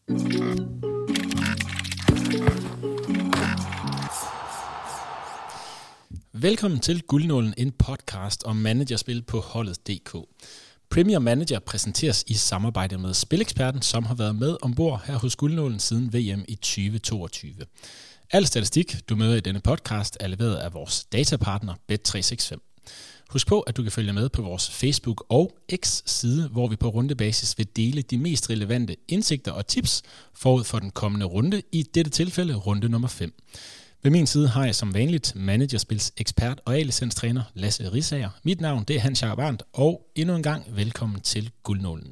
Velkommen til Guldnålen, en podcast om managerspil på holdet.dk. Premier Manager præsenteres i samarbejde med Spileksperten, som har været med ombord her hos Guldnålen siden VM i 2022. Al statistik, du møder i denne podcast, er leveret af vores datapartner Bet365. Husk på, at du kan følge med på vores Facebook og X-side, hvor vi på rundebasis vil dele de mest relevante indsigter og tips forud for den kommende runde, i dette tilfælde runde nummer 5. Ved min side har jeg som vanligt managerspils ekspert og A-licenstræner Lasse Risager. Mit navn det er Hans Jakob Arndt, og endnu en gang velkommen til Guldnålen.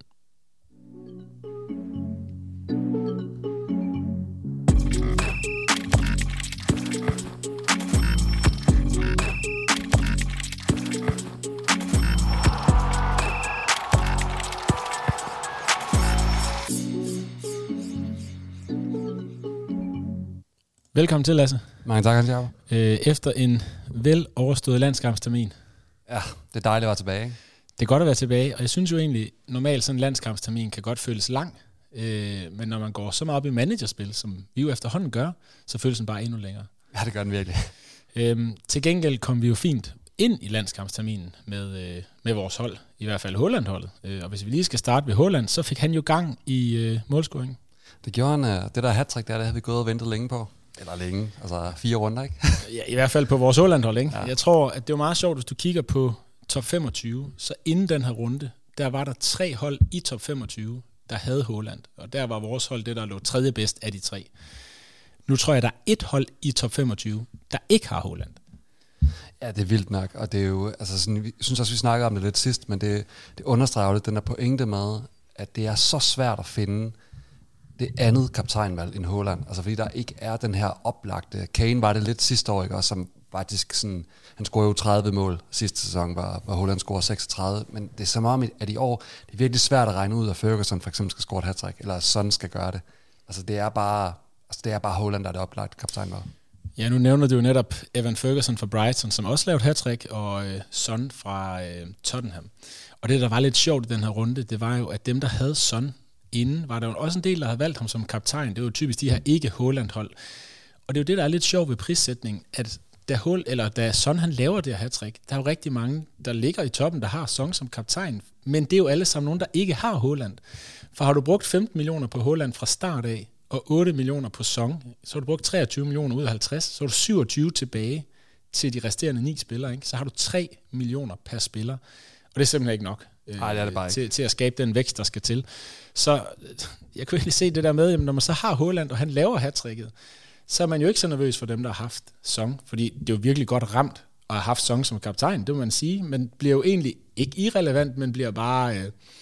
Velkommen til, Lasse. Mange tak, Hans Jakob. Efter en vel overstået landskampstermin. Ja, det er dejligt at være tilbage. Ikke? Det er godt at være tilbage, og jeg synes jo egentlig, normalt sådan en landskampstermin kan godt føles lang. Men når man går så meget op i managerspil, som vi jo efterhånden gør, så føles den bare endnu længere. Ja, det gør den virkelig. Til gengæld kom vi jo fint ind i landskampsterminen med vores hold, i hvert fald Haaland-holdet. Og hvis vi lige skal starte ved Haaland, så fik han jo gang i målscoringen. Det gjorde han. Det der hattrick der, det havde vi gået og ventet længe på. Eller længe, altså 4 runder, ikke? Ja, i hvert fald på vores Haaland-hold, ikke? Ja. Jeg tror, at det var meget sjovt, hvis du kigger på top 25, så inden den her runde, der var der 3 hold i top 25, der havde Haaland. Og der var vores hold det, der lå tredje bedst af de 3. Nu tror jeg, der er 1 hold i top 25, der ikke har Haaland. Ja, det er vildt nok, og det er jo, altså sådan, jeg synes også, vi snakkede om det lidt sidst, men det understreger jo lidt den der pointe med, at det er så svært at finde det andet kaptajnvalg end Haaland. Altså fordi der ikke er den her oplagte. Kane var det lidt sidste år, ikke? Også, som faktisk sådan, han scorede jo 30 mål sidste sæson, hvor Haaland scorede 36. Men det er så meget, at i år, det er virkelig svært at regne ud, at Ferguson for eksempel skal score et hattrick, eller Son skal gøre det. Altså det er bare Haaland, der er det oplagte kaptajnvalg. Ja, nu nævner du jo netop Evan Ferguson fra Brighton, som også lavede hattrick, og Son fra Tottenham. Og det, der var lidt sjovt i den her runde, det var jo, at dem, der havde Son inden, var der jo også en del, der havde valgt ham som kaptajn. Det var jo typisk de her ikke-Haaland-hold. Og det er jo det, der er lidt sjovt ved prissætningen, at da Son han laver det her hattrick, der er jo rigtig mange, der ligger i toppen, der har Son som kaptajn, men det er jo alle sammen nogen, der ikke har Haaland. For har du brugt 15 millioner på Haaland fra start af, og 8 millioner på Son, så har du brugt 23 millioner ud af 50, så har du 27 tilbage til de resterende 9 spillere, ikke? Så har du 3 millioner per spiller, og det er simpelthen ikke nok. Nej, det er det bare ikke. Til at skabe den vækst, der skal til. Så jeg kunne egentlig se det der med, jamen, når man så har Haaland, og han laver hattricket, så er man jo ikke så nervøs for dem, der har haft Son, fordi det er jo virkelig godt ramt at have haft Son som kaptajn, det må man sige, men bliver jo egentlig ikke irrelevant, men bliver bare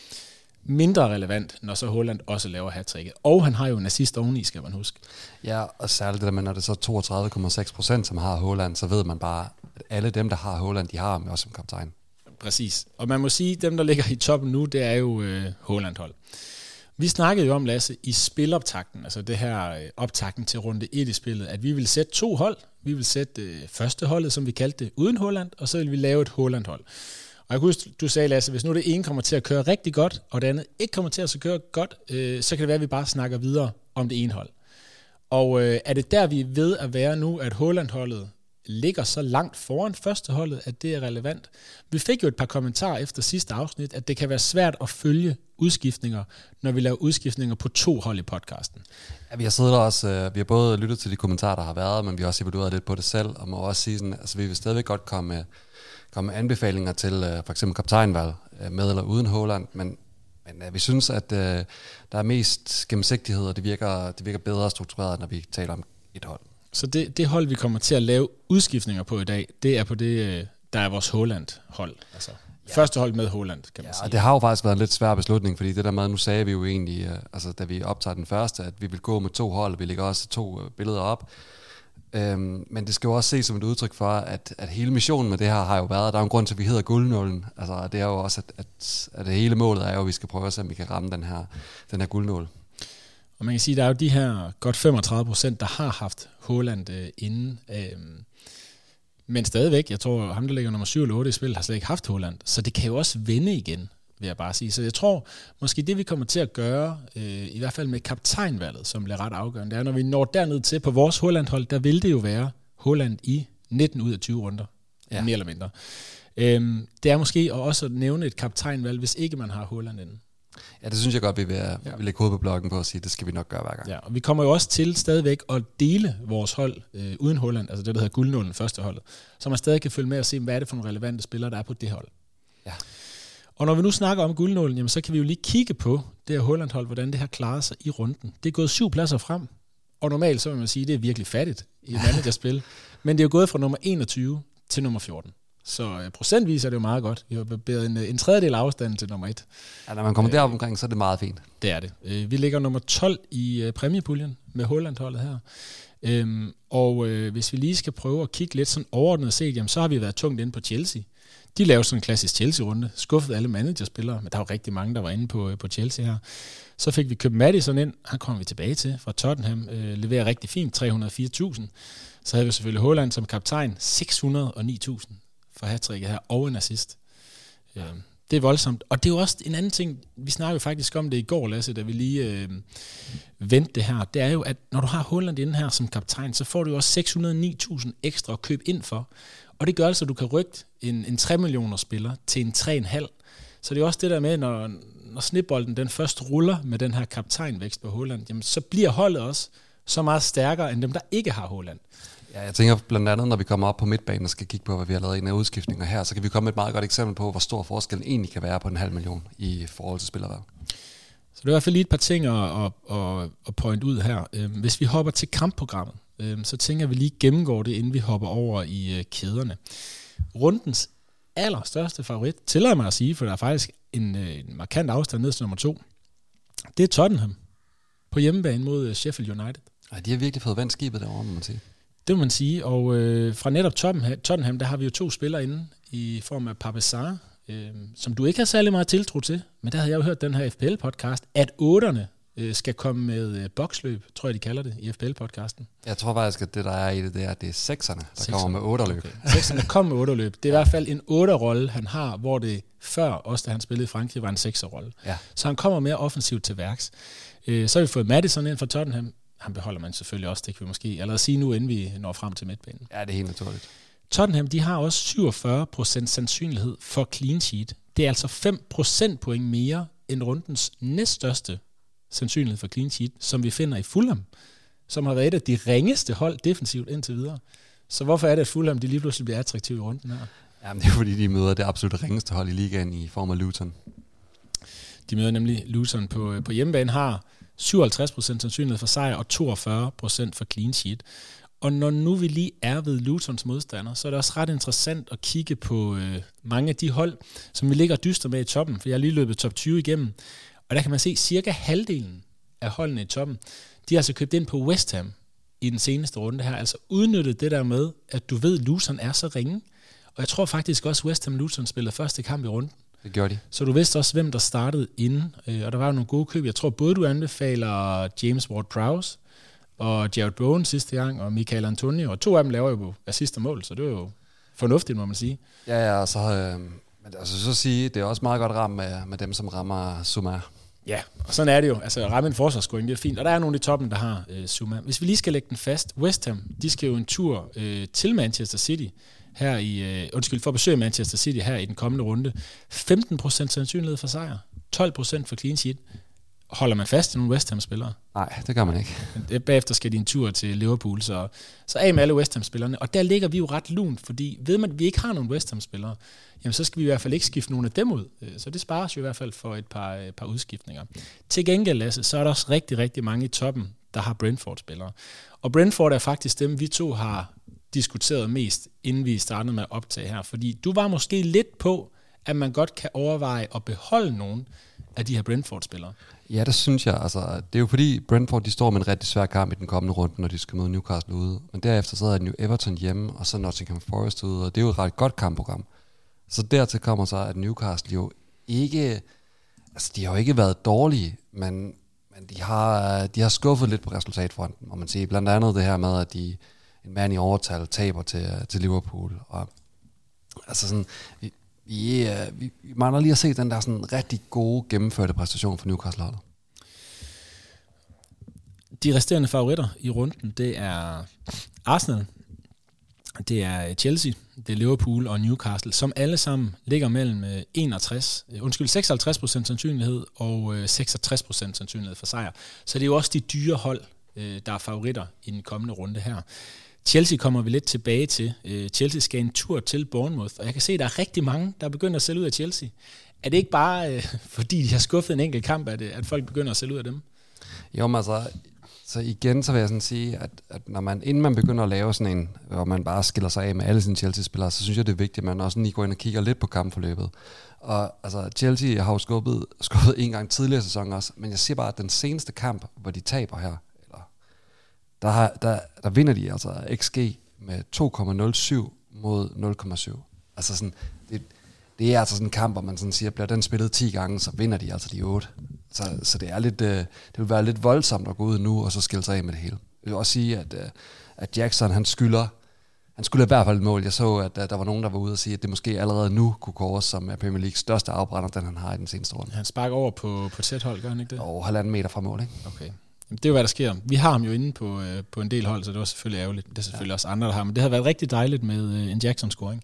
mindre relevant, når så Haaland også laver hattricket. Og han har jo en assist oveni, skal man huske. Ja, og særligt det der med, når det er så 32,6%, som har Haaland, så ved man bare, at alle dem, der har Haaland, de har ham også som kaptajn. Præcis. Og man må sige, at dem, der ligger i toppen nu, det er jo Haaland-hold. Vi snakkede jo om, Lasse, i spiloptakten, altså det her optakten til runde 1 i spillet, at vi vil sætte 2 hold. Vi vil sætte første holdet, som vi kaldte det, uden Haaland, og så vil vi lave et Haaland-hold. Og jeg kunne huske, du sagde, Lasse, hvis nu det ene kommer til at køre rigtig godt, og det andet ikke kommer til at køre godt, så kan det være, at vi bare snakker videre om det ene hold. Og er det der, vi er ved at være nu, at Haaland-holdet ligger så langt foran førsteholdet, at det er relevant. Vi fik jo et par kommentarer efter sidste afsnit, at det kan være svært at følge udskiftninger, når vi laver udskiftninger på 2 hold i podcasten. Ja, vi har siddet også, vi har både lyttet til de kommentarer, der har været, men vi har også evalueret lidt på det selv, og må også sige sådan, altså vi vil stadigvæk godt komme med anbefalinger til for eksempel kaptajnvalg med eller uden Haaland, men vi synes, at der er mest gennemsigtighed, og det virker bedre struktureret, når vi taler om et hold. Så det hold, vi kommer til at lave udskiftninger på i dag, det er på det, der er vores Haaland-hold. Altså første hold med Haaland, kan man sige. Og det har jo faktisk været en lidt svær beslutning, fordi det der med, nu sagde vi jo egentlig, altså da vi optager den første, at vi vil gå med 2 hold, vi lægger også 2 billeder op. Men det skal jo også ses som et udtryk for, at hele missionen med det her har jo været, der er jo en grund til, at vi hedder Guldnålen. Altså det er jo også, at det hele målet er jo, at vi skal prøve at se, om vi kan ramme den her guldnål. Og man kan sige, at der er jo de her godt 35%, der har haft Haaland inden. Men stadigvæk, jeg tror, ham der ligger nummer 7 eller 8 i spil, har slet ikke haft Haaland. Så det kan jo også vende igen. vil jeg bare sige. Så jeg tror, måske det vi kommer til at gøre, i hvert fald med kaptajnvalget, som bliver ret afgørende, det er, når vi når derned til på vores Haaland-hold, der vil det jo være Haaland i 19 ud af 20 runder, mere eller mindre. Det er måske også at nævne et kaptajnvalg, hvis ikke man har Haaland inden. Ja, det synes jeg godt, vi vil lægge hovedet på blokken på at sige, det skal vi nok gøre hver gang. Ja, og vi kommer jo også til stadigvæk at dele vores hold uden Haaland, altså det, der hedder guldnålen, første holdet, så man stadig kan følge med og se, hvad er det for nogle relevante spillere, der er på det hold. Ja. Og når vi nu snakker om guldnålen, jamen, så kan vi jo lige kigge på det her Haaland-hold, hvordan det har klaret sig i runden. Det er gået 7 pladser frem, og normalt så vil man sige, at det er virkelig fattigt i et managerspil, men det er jo gået fra nummer 21 til nummer 14. Så procentvis er det jo meget godt. Vi har bevæget en tredjedel afstand til nummer 1. Ja, når man kommer derop omkring, så er det meget fint. Det er det. Vi ligger nummer 12 i præmiepuljen med Haaland-holdet her. Og hvis vi lige skal prøve at kigge lidt sådan overordnet set, jamen, så har vi været tungt inde på Chelsea. De lavede sådan en klassisk Chelsea-runde, skuffede alle managerspillere, men der var rigtig mange, der var inde på Chelsea her. Så fik vi købt Maddison ind, han kommer vi tilbage til fra Tottenham, leverer rigtig fint, 304.000. Så havde vi selvfølgelig Haaland som kaptajn, 609.000 for hattricket her, og en assist. Det er voldsomt. Og det er jo også en anden ting, vi snakkede faktisk om det i går, Lasse, da vi lige vendte det her, det er jo, at når du har Haaland inde her som kaptajn, så får du jo også 609.000 ekstra at købe ind for. Og det gør altså, at du kan rykke en 3 millioner spiller til en 3,5. Så det er også det der med, når snibbolden den først ruller med den her kaptajnvækst på Haaland, jamen, så bliver holdet også så meget stærkere end dem, der ikke har Haaland. Ja, jeg tænker blandt andet, når vi kommer op på midtbanen og skal kigge på, hvad vi har lavet i en af udskiftninger her, så kan vi komme med et meget godt eksempel på, hvor stor forskellen egentlig kan være på en 500.000 i forhold til spillere. Så det er i hvert fald lige et par ting at pointe ud her. Hvis vi hopper til kampprogrammet, så tænker vi lige gennemgår det, inden vi hopper over i kæderne. Rundens allerstørste favorit, tillader mig at sige, for der er faktisk en markant afstand ned til nummer 2. Det er Tottenham på hjemmebane mod Sheffield United. Ja, de har virkelig fået vendt skibet derovre, må man sige. Det må man sige, og fra netop Tottenham, der har vi jo 2 spillere inde i form af Pape Sarr, som du ikke har særlig meget tiltro til, men der havde jeg jo hørt den her FPL-podcast, at 8'erne skal komme med boksløb, tror jeg de kalder det, i FPL-podcasten. Jeg tror faktisk, at det der er i det, det er 6'erne, der kommer med 8'erløb. Okay. 6'erne kommer med 8'erløb. Det er i hvert fald en 8'er-rolle, han har, hvor det før, også da han spillede i Frankrig, var en 6'er-rolle. Ja. Så han kommer mere offensivt til værks. Så har vi fået Maddison ind fra Tottenham. Han beholder man selvfølgelig også, det kan vi måske allerede sige nu, inden vi når frem til midtbanen. Ja, det er helt naturligt. Tottenham, de har også 47% sandsynlighed for clean sheet. Det er altså 5 procentpoint mere end rundens næststørste sandsynlighed for clean sheet, som vi finder i Fulham, som har været et af de ringeste hold defensivt indtil videre. Så hvorfor er det, at Fulham de lige pludselig bliver attraktive i runden her? Jamen, det er fordi, de møder det absolut ringeste hold i ligaen i form af Luton. De møder nemlig Luton på hjemmebane, har 57% sandsynlighed for sejr og 42% for clean sheet. Og når nu vi lige er ved Lutons modstander, så er det også ret interessant at kigge på mange af de hold, som vi ligger dyster med i toppen, for jeg har lige løbet top 20 igennem, og der kan man se cirka halvdelen af holdene i toppen, de har altså købt ind på West Ham i den seneste runde her, altså udnyttet det der med, at du ved, at Luton er så ringe, og jeg tror faktisk også, at West Ham Luton spillede første kamp i runden. Det gjorde de. Så du vidste også, hvem der startede inden, og der var jo nogle gode køb. Jeg tror både du anbefaler James Ward-Prowse og Jared Bowen sidste gang, og Michael Antonio, og 2 af dem laver jo assist og mål, så det er jo fornuftigt, må man sige. Ja, og så, så sige, det er også meget godt ramt med dem, som rammer Zuma. Ja, og sådan er det jo. Altså ramme en forsvarsscoring, det er fint. Og der er nogle i toppen, der har Zuma. Hvis vi lige skal lægge den fast, West Ham, de skal jo en tur til Manchester City, her i, for at besøge Manchester City her i den kommende runde. 15% sandsynlighed for sejr, 12% for clean sheet. Holder man fast i nogle West Ham-spillere? Nej, det gør man ikke. Bagefter skal de en tur til Liverpool, så af med alle West Ham-spillerne. Og der ligger vi jo ret lunt, fordi ved man, at vi ikke har nogen West Ham-spillere, jamen så skal vi i hvert fald ikke skifte nogen af dem ud. Så det sparer os jo i hvert fald for et par udskiftninger. Til gengæld, Lasse, så er der også rigtig, rigtig mange i toppen, der har Brentford-spillere. Og Brentford er faktisk dem, vi 2 har diskuteret mest, inden vi startede med at optage her. Fordi du var måske lidt på, at man godt kan overveje at beholde nogen af de her Brentford-spillere. Ja, det synes jeg. Altså, det er jo fordi Brentford de står med en rigtig svær kamp i den kommende runde, når de skal møde Newcastle ude. Men derefter så er den jo Everton hjemme, og så Nottingham Forest ude, og det er jo et ret godt kampprogram. Så dertil kommer så, at Newcastle jo ikke... Altså, de har jo ikke været dårlige, men de har skuffet lidt på resultatfronten, må man sige. Blandt andet det her med, at en mand i overtal taber til Liverpool. Og, altså sådan, Vi mangler lige at se den der sådan rigtig gode gennemførte præstation for Newcastle-holdet. De resterende favoritter i runden, det er Arsenal, det er Chelsea, det er Liverpool og Newcastle, som alle sammen ligger mellem 56% sandsynlighed og 66% sandsynlighed for sejr. Så det er jo også de dyre hold, der er favoritter i den kommende runde her. Chelsea kommer vi lidt tilbage til. Chelsea skal en tur til Bournemouth, og jeg kan se, at der er rigtig mange, der begynder at sælge ud af Chelsea. Er det ikke bare, fordi de har skuffet en enkelt kamp, at folk begynder at sælge ud af dem? Jo, men altså, så igen så vil jeg sådan sige, at inden man begynder at lave sådan en, hvor man bare skiller sig af med alle sine Chelsea-spillere, så synes jeg, det er vigtigt, at man også lige går ind og kigger lidt på kampforløbet. Og altså, Chelsea har jo skubbet en gang tidligere sæson også, men jeg siger bare, at den seneste kamp, hvor de taber her, der vinder de altså XG med 2,07 mod 0,7. Altså sådan, det er altså sådan en kamp, hvor man sådan siger, bliver den spillet 10 gange, så vinder de altså de 8. Så det er lidt, det vil være lidt voldsomt at gå ud nu, og så skille sig af med det hele. Jeg vil også sige, at Jackson, han skylder i hvert fald et mål. Jeg så, at der var nogen, der var ude og sige, at det måske allerede nu kunne kåres som er Premier Leagues største afbrænder, den han har i den seneste runde. Han sparker over på tæt hold, gør han ikke det? Og 1,5 meter fra mål, ikke? Okay. Det er jo, hvad der sker. Vi har ham jo inde på en del hold, så det var selvfølgelig ærgerligt. Det er selvfølgelig også andre, der har. Men det har været rigtig dejligt med en Jackson-scoring.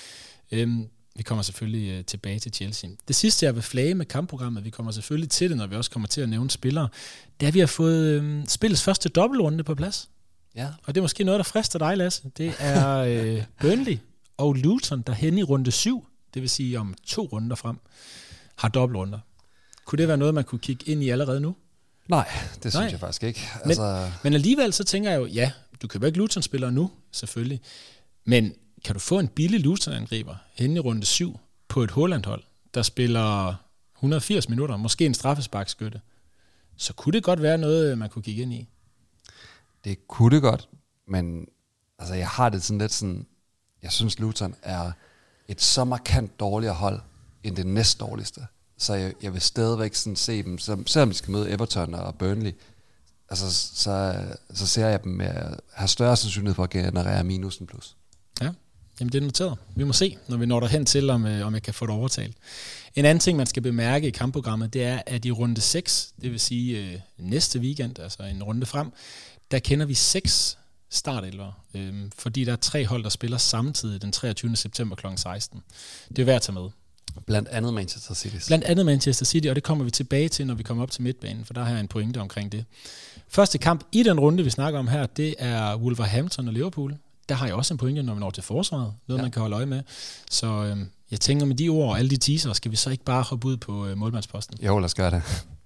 Vi kommer selvfølgelig tilbage til Chelsea. Det sidste, jeg vil flage med kampprogrammet, vi kommer selvfølgelig til det, når vi også kommer til at nævne spillere, det er, at vi har fået spillets første dobbeltrunde på plads. Ja. Og det er måske noget, der frister dig, Lasse. Det er Burnley og Luton, der hen i runde 7, det vil sige om 2 runder frem, har dobbeltrunder. Kunne det være noget, man kunne kigge ind i allerede nu? Nej, det synes jeg faktisk ikke. Men alligevel så tænker jeg jo, ja, du kan jo ikke Luton-spillere nu, selvfølgelig, men kan du få en billig Luton-angriber hen i runde 7 på et Haaland-hold, der spiller 180 minutter, måske en straffesparkskytte, så kunne det godt være noget, man kunne kigge ind i. Det kunne det godt, men altså, jeg har det sådan lidt sådan, jeg synes Luton er et så markant dårligere hold end det næst dårligste. Så jeg vil stadigvæk sådan se dem, selvom de skal møde Everton og Burnley, altså, så ser jeg dem have større sandsynlighed for at generere minusen plus. Ja, jamen det er noteret. Vi må se, når vi når derhen til, om jeg kan få det overtalt. En anden ting, man skal bemærke i kampprogrammet, det er, at i runde 6, det vil sige næste weekend, altså en runde frem, der kender vi 6 startelvere, fordi der er 3 hold, der spiller samtidig den 23. september kl. 16. Det er værd at tage med. Blandt andet Manchester City. Blandt andet Manchester City, og det kommer vi tilbage til, når vi kommer op til midtbanen, for der har jeg en pointe omkring det. Første kamp i den runde, vi snakker om her, det er Wolverhampton og Liverpool. Der har jeg også en pointe, når vi når til forsvaret. Noget, man kan holde øje med. Så jeg tænker med de ord og alle de teaser, skal vi så ikke bare hoppe ud på målmandsposten? Jo, lad os gøre det.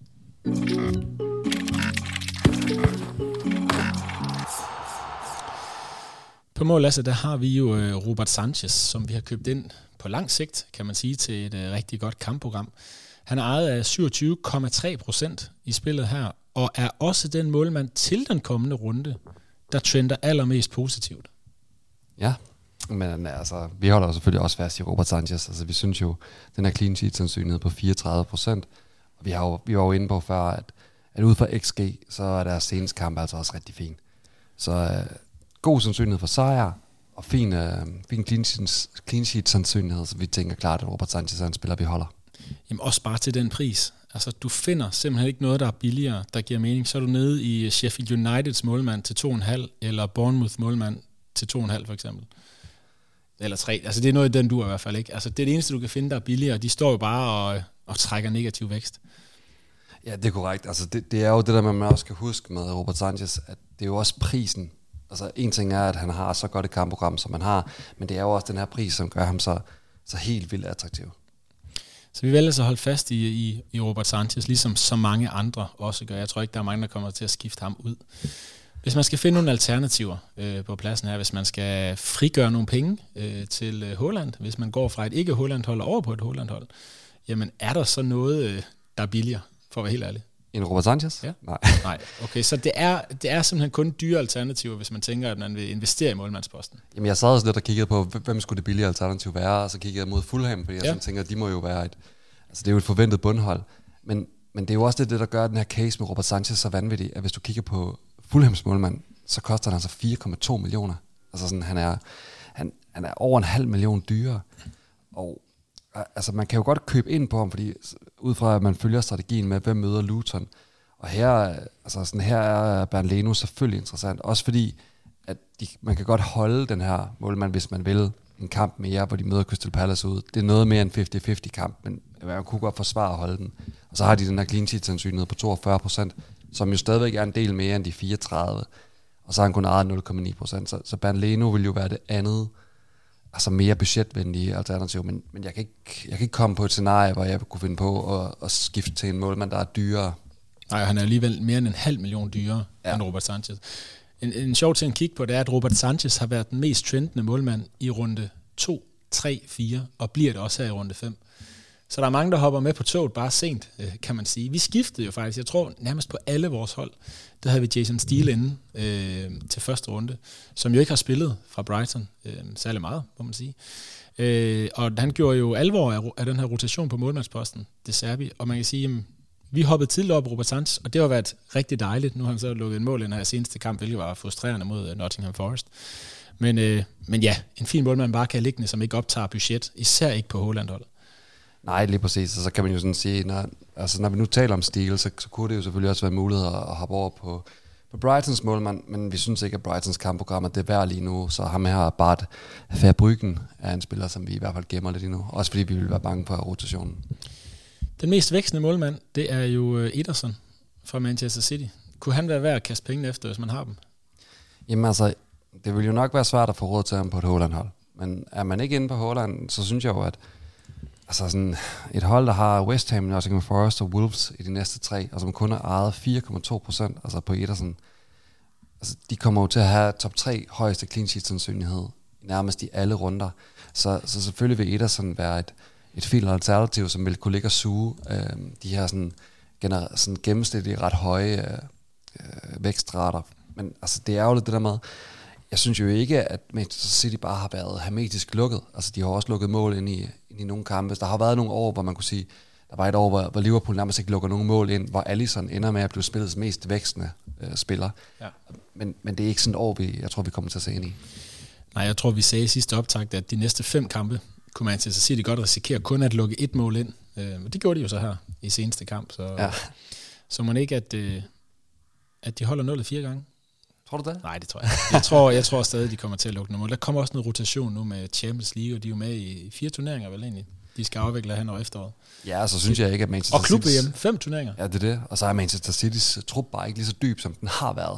På mål, Lasse, der har vi jo Robert Sanchez, som vi har købt ind på lang sigt, kan man sige, til et rigtig godt kampprogram. Han er ejet af 27,3% i spillet her, og er også den målmand til den kommende runde, der trender allermest positivt. Ja, men altså, vi holder jo selvfølgelig også fast i Robert Sanchez. Altså, vi synes jo, den her clean sheet sandsynlighed på 34%. Og vi var jo inde på før, at ud fra XG, så er deres seneste kamp altså også rigtig fin. Så god sandsynlighed for sejr, og fin clean sheet sandsynlighed, så vi tænker klart, at Robert Sanchez er en spiller, vi holder. Jamen også bare til den pris. Altså, du finder simpelthen ikke noget, der er billigere, der giver mening. Så er du nede i Sheffield Uniteds målmand til 2,5, eller Bournemouth målmand til 2,5 for eksempel. Eller 3. Altså, det er noget i den dur i hvert fald ikke. Altså, det er det eneste, du kan finde, der er billigere. De står jo bare og trækker negativ vækst. Ja, det er korrekt. Altså, det er jo det der, man også skal huske med Robert Sanchez, at det er jo også prisen. Altså, en ting er, at han har så godt et kampprogram, som han har, men det er jo også den her pris, som gør ham så helt vildt attraktiv. Så vi vælger så at holde fast i Robert Sanchez, ligesom så mange andre også gør. Jeg tror ikke, der er mange, der kommer til at skifte ham ud. Hvis man skal finde nogle alternativer på pladsen her, hvis man skal frigøre nogle penge til Haaland, hvis man går fra et ikke-Haaland-hold over på et Haaland-hold, jamen er der så noget, der er billigere, for at være helt ærlig? En Robert Sanchez? Ja. Nej. Okay, så det er simpelthen kun dyre alternativer, hvis man tænker, at man vil investere i målmandsposten. Jamen jeg sad også lidt og kiggede på, hvem skulle det billige alternativ være, og så kiggede jeg mod Fulham, fordi jeg tænker, at de må jo være det er jo et forventet bundhold. Men det er jo også det, der gør den her case med Robert Sanchez så vanvittig, at hvis du kigger på Fulhams målmand, så koster han altså 4,2 millioner. Altså sådan, han er over 0,5 million dyrere. Og altså man kan jo godt købe ind på ham, fordi ud fra at man følger strategien med, hvem møder Luton. Og her er Bernd Leno selvfølgelig interessant, også fordi at man kan godt holde den her målmand, hvis man vil, en kamp mere, hvor de møder Crystal Palace ud. Det er noget mere end 50-50 kamp, men man kunne godt forsvare at holde den. Og så har de den her clean sheet sandsynlighed på 42%, som jo stadigvæk er en del mere end de 34. Og så har han kun ejet 0,9%. Så Bernd Leno vil jo være det andet, altså mere budgetvenlige alternativ, men jeg kan ikke komme på et scenarie, hvor jeg kunne finde på at skifte til en målmand, der er dyrere. Nej, han er alligevel mere end 500.000 dyrere end Robert Sanchez. En sjov ting at kigge på, det er, at Robert Sanchez har været den mest trendende målmand i runde 2, 3, 4, og bliver det også her i runde 5. Så der er mange, der hopper med på toget bare sent, kan man sige. Vi skiftede jo faktisk, jeg tror nærmest på alle vores hold. Der havde vi Jason Steele inde til første runde, som jo ikke har spillet fra Brighton særlig meget, må man sige. Og han gjorde jo alvor af den her rotation på målmandsposten, det ser vi. Og man kan sige, jamen, vi hoppede tidligt op Robert Sanchez, og det har været rigtig dejligt. Nu har han så lukket en mål i den her seneste kamp, hvilket var frustrerende mod Nottingham Forest. Men ja, en fin målmand bare kan liggende, som ikke optager budget, især ikke på Haaland-holdet. Nej, lige præcis. Og så kan man jo sådan sige, når vi nu taler om Steele, så kunne det jo selvfølgelig også være mulighed at hoppe over på Brightons målmand, men vi synes ikke, at Brightons kampprogram er det værd lige nu, så ham her Bart Verbruggen er en spiller, som vi i hvert fald gemmer lidt endnu, også fordi vi vil være bange for rotationen. Den mest vækstende målmand, det er jo Ederson fra Manchester City. Kunne han være værd at kaste pengene efter, hvis man har dem? Jamen altså, det vil jo nok være svært at få råd til ham på et Haaland-hold, men er man ikke inde på Haaland, så synes jeg jo, at altså sådan et hold, der har West Ham, Nottingham Forest og Wolves i de næste 3, og som kun har ejet 4,2%, altså på Ederson, altså de kommer jo til at have top 3 højeste clean sheet sandsynlighed nærmest i alle runder. Så selvfølgelig vil Ederson være et fint alternativ, som vil kunne ligge og suge de her sådan gennemsnitlige ret høje vækstrater. Men altså det er jo lidt det der med, jeg synes jo ikke, at Manchester City bare har været hermetisk lukket. Altså de har også lukket mål ind i nogle kampe. Der har været nogle år, hvor man kunne sige, der var et år, hvor Liverpool nærmest ikke lukker nogen mål ind, hvor Alisson ender med at blive spillets mest vækstende spiller. Ja. Men det er ikke sådan et år, jeg tror, vi kommer til at se ind i. Nej, jeg tror, vi sagde i sidste optakt, at de næste 5 kampe kunne Manchester City godt risikere kun at lukke 1 mål ind. Det gjorde de jo så her i seneste kamp. Så man ikke, at de holder 0 4 gange. Tror du det? Nej, det tror jeg. Jeg tror stadig, de kommer til at lukke nogle mål. Der kommer også noget rotation nu med Champions League, og de er jo med i 4 turneringer vel egentlig. De skal afvikle hen over efteråret. Ja, så synes jeg ikke, at Manchester City... Og klub-VM, 5 turneringer. Ja, det er det. Og så er Manchester Citys trup bare ikke lige så dyb, som den har været.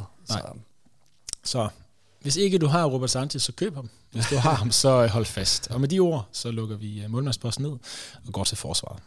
Så hvis ikke du har Robert Sanchez, så køb ham. Hvis du har ham, så hold fast. Og med de ord, så lukker vi målmandsposten ned og går til forsvaret.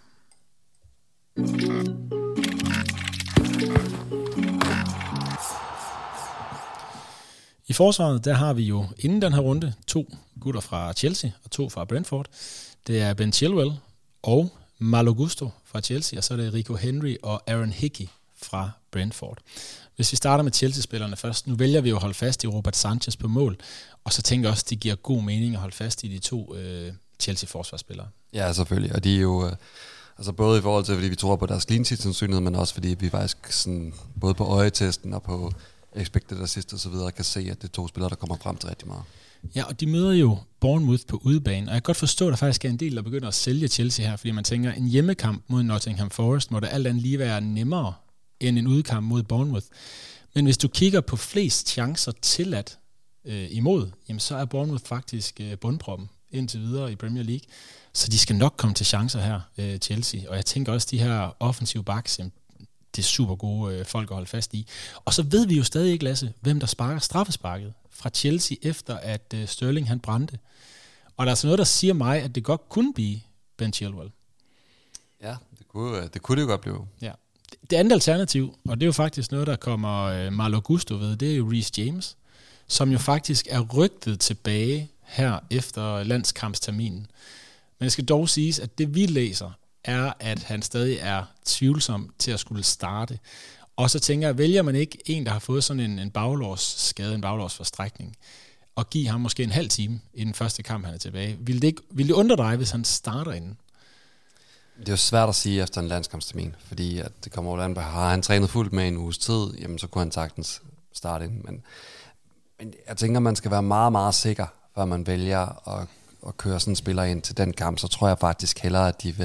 I forsvaret, der har vi jo inden den her runde 2 gutter fra Chelsea og 2 fra Brentford. Det er Ben Chilwell og Malo Gusto fra Chelsea, og så er det Rico Henry og Aaron Hickey fra Brentford. Hvis vi starter med Chelsea-spillerne først, nu vælger vi jo at holde fast i Robert Sanchez på mål, og så tænker jeg også, at det giver god mening at holde fast i de 2 Chelsea-forsvarsspillere. Ja, selvfølgelig, og de er jo... Altså både i forhold til, fordi vi tror på deres clean sheet sandsynlighed, men også fordi vi faktisk sådan, både på øjetesten og på expected assist og så videre, kan se, at det er 2 spillere, der kommer frem til rigtig meget. Ja, og de møder jo Bournemouth på udebane, og jeg kan godt forstå, at der faktisk er en del, der begynder at sælge Chelsea her, fordi man tænker, en hjemmekamp mod Nottingham Forest må det alt andet lige være nemmere end en udekamp mod Bournemouth. Men hvis du kigger på flest chancer tilladt imod, jamen så er Bournemouth faktisk bundproppen indtil videre i Premier League. Så de skal nok komme til chancer her, Chelsea. Og jeg tænker også, de her offensive backs, det er super gode folk at holde fast i. Og så ved vi jo stadig ikke, Lasse, hvem der sparker straffesparket fra Chelsea, efter at Sterling han brændte. Og der er så noget, der siger mig, at det godt kunne blive Ben Chilwell. Ja, det kunne det jo godt blive. Ja. Det andet alternativ, og det er jo faktisk noget, der kommer Malo Gusto ved, det er jo Reece James, som jo faktisk er rygtet tilbage her efter landskampsterminen. Men det skal dog siges, at det vi læser, er, at han stadig er tvivlsom til at skulle starte. Og så tænker jeg, vælger man ikke en, der har fået sådan en baglårsskade, en baglårsforstrækning, og give ham måske en halv time i den første kamp, han er tilbage. Vil det undre dig, hvis han starter inden? Det er jo svært at sige efter en landskampstermin, fordi at det kommer jo an på, har han trænet fuldt med en uges tid, jamen så kunne han sagtens starte inden. Men jeg tænker, man skal være meget, meget sikker, før man vælger at køre sådan en spiller ind til den kamp, så tror jeg faktisk hellere, at de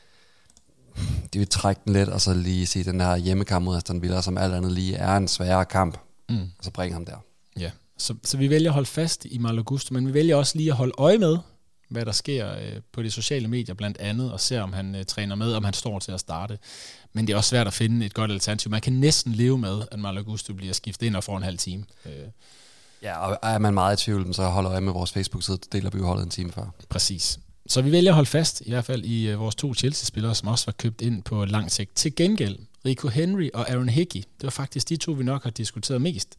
vil trække den lidt, og så lige se den her hjemmekamp mod Aston Villa, som alt andet lige er en sværere kamp, og så bringe ham der. Ja, så vi vælger at holde fast i Malo Gusto, men vi vælger også lige at holde øje med, hvad der sker på de sociale medier blandt andet, og se om han træner med, om han står til at starte. Men det er også svært at finde et godt alternativ. Man kan næsten leve med, at Malo Gusto bliver skiftet ind og får en halv time. Ja, og er man meget i tvivl, så hold øje med vores Facebook-side, deler vi jo holdet en time før. Præcis. Så vi vælger at holde fast, i hvert fald i vores 2 Chelsea-spillere, som også var købt ind på lang sigt. Til gengæld, Rico Henry og Aaron Hickey, det var faktisk de 2, vi nok har diskuteret mest,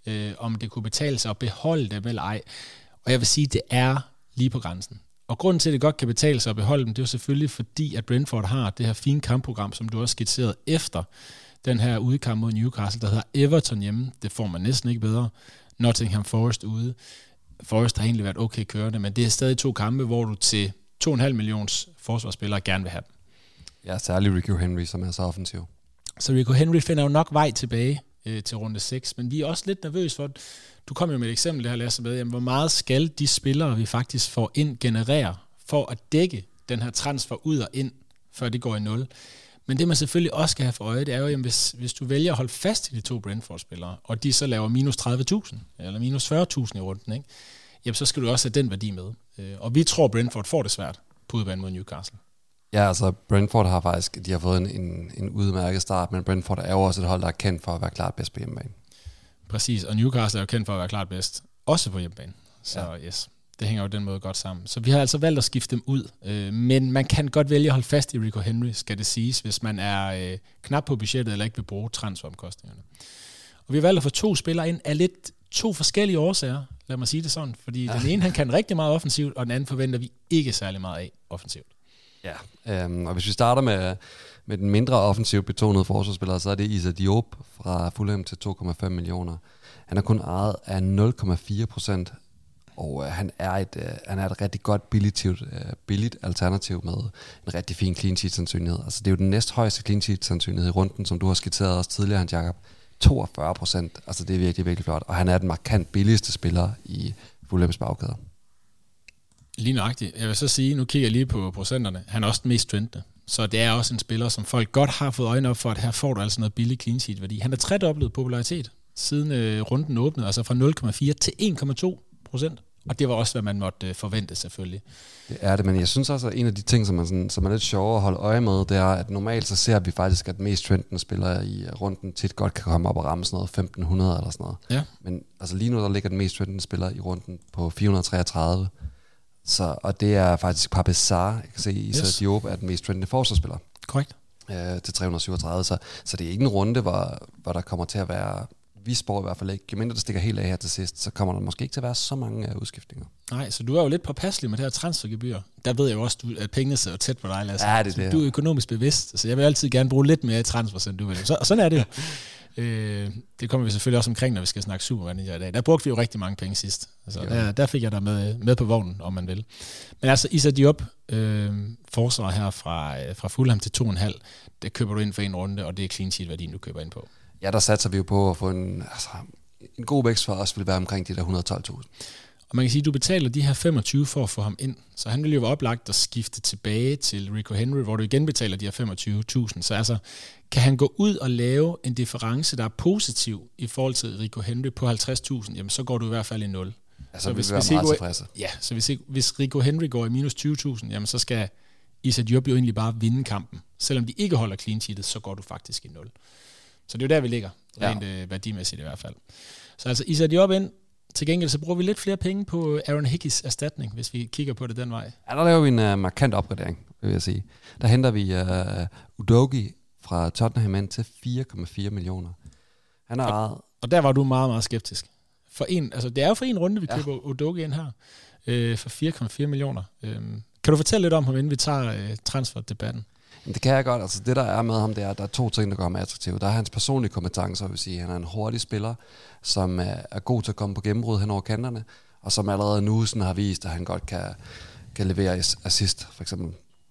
om det kunne betale sig at beholde dem eller ej. Og jeg vil sige, det er lige på grænsen. Og grunden til, at det godt kan betale sig at beholde dem, det er jo selvfølgelig fordi, at Brentford har det her fine kampprogram, som du også skitserede efter den her udekamp mod Newcastle, der hedder Everton hjemme. Det får man næsten ikke bedre. Nottingham Forest ude. Forest har egentlig været okay kørende, men det er stadig 2 kampe, hvor du til 2,5 millions forsvarsspillere gerne vil have dem. Ja, særligt Rico Henry, som er så offensiv. Så Rico Henry finder jo nok vej tilbage til runde 6, men vi er også lidt nervøs for, du kom jo med et eksempel, det her Lasse med, hvor meget skal de spillere, vi faktisk får ind, generere for at dække den her transfer ud og ind, før det går i 0. Men det man selvfølgelig også skal have for øje, det er jo, jamen, hvis du vælger at holde fast i de 2 Brentford-spillere, og de så laver minus 30.000, eller minus 40.000 i runden, ikke? Jamen, så skal du også have den værdi med. Og vi tror, Brentford får det svært på udebane mod Newcastle. Ja, altså Brentford har faktisk, de har fået en udmærket start, men Brentford er jo også et hold, der er kendt for at være klart bedst på hjemmebane. Præcis, og Newcastle er jo kendt for at være klart bedst, også på hjemmebane. Så ja. Yes, det hænger jo den måde godt sammen. Så vi har altså valgt at skifte dem ud, men man kan godt vælge at holde fast i Rico Henry, skal det siges, hvis man er knap på budgettet eller ikke vil bruge transferomkostningerne. Og vi har valgt at få 2 spillere ind af lidt 2 forskellige årsager, lad mig sige det sådan, fordi den ene han kan rigtig meget offensivt, og den anden forventer vi ikke særlig meget af offensivt. Ja, og hvis vi starter med den mindre offensivt betonede forsvarsspiller, så er det Issa Diop fra Fulham til 2,5 millioner. Han er kun ejet af 0,4%, og han er et rigtig godt billigt alternativ med en rigtig fin clean sheet sandsynlighed. Altså det er jo den næsthøjeste clean sheet sandsynlighed i runden, som du har skitseret også tidligere, Hans Jakob. 42%, altså det er virkelig, virkelig flot, og han er den markant billigste spiller i Fulhams bagkæder. Lige nøjagtigt. Jeg vil så sige, nu kigger jeg lige på procenterne, han er også den mest trendende. Så det er også en spiller, som folk godt har fået øjnene op for, at her får du altså noget billig clean sheet værdi. Han har tredoblet popularitet siden runden åbnede, altså fra 0,4 til 1,2%. Og det var også, hvad man måtte forvente selvfølgelig. Det er det, men jeg synes også, at en af de ting, som er lidt sjovere at holde øje med, det er, at normalt så ser vi faktisk, at mest trendende spillere i runden tit godt kan komme op og ramme sådan noget 1500 eller sådan noget. Ja. Men altså lige nu, der ligger den mest trendende spiller i runden på 433. Og det er faktisk Pape Sarr, jeg kan se, Issa Diop er den mest trendende forsvarsspiller. Korrekt. Til 337, så det er ikke en runde, hvor der kommer til at være, vi spår i hvert fald ikke, mindre det stikker helt af her til sidst, så kommer der måske ikke til at være så mange udskiftninger. Nej, så du er jo lidt påpasselig med det her transfergebyr. Der ved jeg jo også, at pengene sidder tæt på dig, Lasse. Ja, det. Du er økonomisk bevidst, så jeg vil altid gerne bruge lidt mere i transfer, end du vil. Sådan er det jo. Det kommer vi selvfølgelig også omkring, når vi skal snakke Supermanager i dag. Der brugte vi jo rigtig mange penge sidst. Altså, der fik jeg dig med på vognen, om man vil. Men altså, Issa Diop, forsvar her fra Fulham til 2,5, det køber du ind for en runde, og det er clean sheet værdien, du køber ind på. Ja, der satser vi jo på at få en god vækst for os, vil være omkring de der 112.000. Og man kan sige, at du betaler de her 25 for at få ham ind. Så han vil jo være oplagt at skifte tilbage til Rico Henry, hvor du igen betaler de her 25.000. Så altså, kan han gå ud og lave en difference, der er positiv i forhold til Rico Henry på 50.000, jamen så går du i hvert fald i 0. Altså, så hvis vi være meget tilfredse. Ja, så hvis Rico Henry går i minus 20.000, jamen så skal Issa Diop jo egentlig bare vinde kampen. Selvom de ikke holder clean sheetet, så går du faktisk i 0. Så det er jo der, vi ligger, rent værdimæssigt i hvert fald. Så altså Issa Diop ind. Til gengæld så bruger vi lidt flere penge på Aaron Hickeys erstatning, hvis vi kigger på det den vej. Ja, der laver vi en markant opgradering, vil jeg sige. Der henter vi Udogie fra Tottenham ind til 4,4 millioner. Han er og der var du meget, meget skeptisk. Det er jo for en runde, vi køber Udogie ind her, for 4,4 millioner. Kan du fortælle lidt om ham, inden vi tager transferdebatten? Det kan jeg godt. Altså det der er med ham, det er, at der er 2 ting, der gør ham attraktiv. Der er hans personlige kompetencer, vil sige. Han er en hurtig spiller, som er god til at komme på gennembrud hen over kanterne, og som allerede nu sådan har vist, at han godt kan levere assist, for eksempel.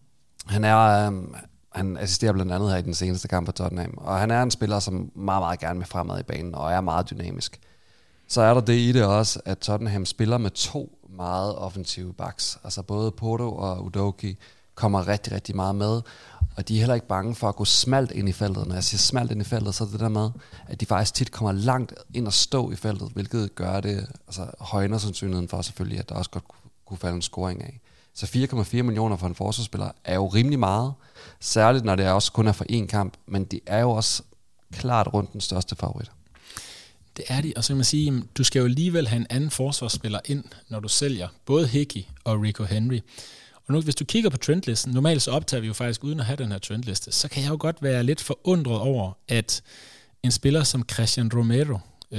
Han assisterer blandt andet her i den seneste kamp for Tottenham, og han er en spiller, som meget, meget gerne vil fremad i banen, og er meget dynamisk. Så er der det i det også, at Tottenham spiller med 2 meget offensive backs. Altså både Poto og Udogie kommer rigtig, rigtig meget med, og de er heller ikke bange for at gå smalt ind i feltet. Når jeg siger smalt ind i feltet, så er det der med, at de faktisk tit kommer langt ind og stå i feltet, hvilket gør det, altså højner sandsynligheden for selvfølgelig, at der også godt kunne falde en scoring af. Så 4,4 millioner for en forsvarsspiller er jo rimelig meget, særligt når det også kun er for én kamp, men det er jo også klart rundt den største favorit. Det er de, og så kan man sige, du skal jo alligevel have en anden forsvarsspiller ind, når du sælger både Hickey og Rico Henry. Og nu, hvis du kigger på trendlisten, normalt så optager vi jo faktisk uden at have den her trendliste, så kan jeg jo godt være lidt forundret over, at en spiller som Christian Romero,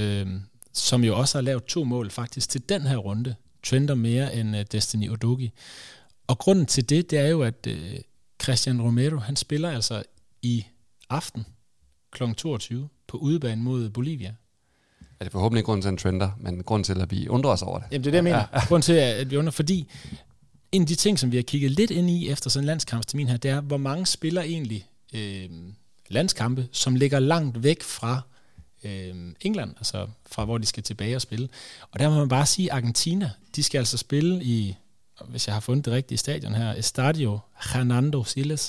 som jo også har lavet 2 mål faktisk til den her runde, trender mere end Destiny Udogie. Og grunden til det er jo, at Christian Romero, han spiller altså i aften kl. 22 på udebane mod Bolivia. Er det forhåbentlig ikke grund til en trender, men grund til, at vi undrer os over det? Jamen det er det, jeg mener. Grund til, at vi undrer, fordi en af de ting, som vi har kigget lidt ind i efter sådan en landskampstermin her, det er, hvor mange spiller egentlig landskampe, som ligger langt væk fra England, altså fra hvor de skal tilbage og spille. Og der må man bare sige, at Argentina, de skal altså spille i, hvis jeg har fundet det rigtige stadion her, Estadio Hernando Siles.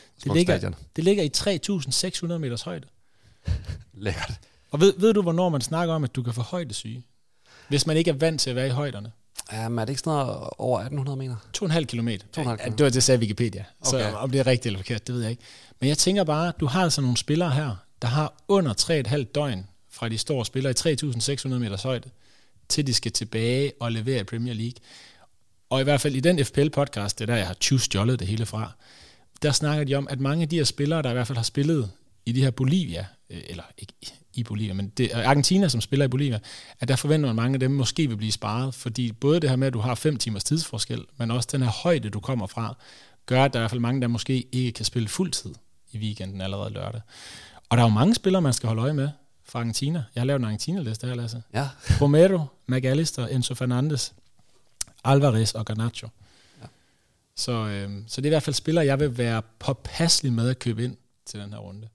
Det ligger i 3.600 meters højde. Lækkert. Og ved du, hvornår man snakker om, at du kan få højdesyge? Hvis man ikke er vant til at være i højderne. Jamen, er det ikke sådan noget over 1800 meter? 2,5 kilometer. 2,5 kilometer. Det var det, sagde Wikipedia. Okay. Så om det er rigtigt eller forkert, det ved jeg ikke. Men jeg tænker bare, du har altså nogle spillere her, der har under 3,5 døgn, fra de står og spiller i 3.600 meters højde, til de skal tilbage og levere i Premier League. Og i hvert fald i den FPL-podcast, det er der, jeg har stjålet det hele fra, der snakker de om, at mange af de her spillere, der i hvert fald har spillet i de her Bolivia, eller ikke i Bolivia, men det er Argentina, som spiller i Bolivia, at der forventer man, at mange af dem måske vil blive sparet, fordi både det her med, at du har 5 timers tidsforskel, men også den her højde, du kommer fra, gør, at der er i hvert fald mange, der måske ikke kan spille fuldtid i weekenden allerede lørdag. Og der er jo mange spillere, man skal holde øje med fra Argentina. Jeg har lavet en Argentina-liste her, Lasse. Ja. Romero, McAllister, Enzo Fernandez, Alvarez og Garnacho. Ja. Så det er i hvert fald spillere, jeg vil være påpasselig med at købe ind til den her runde.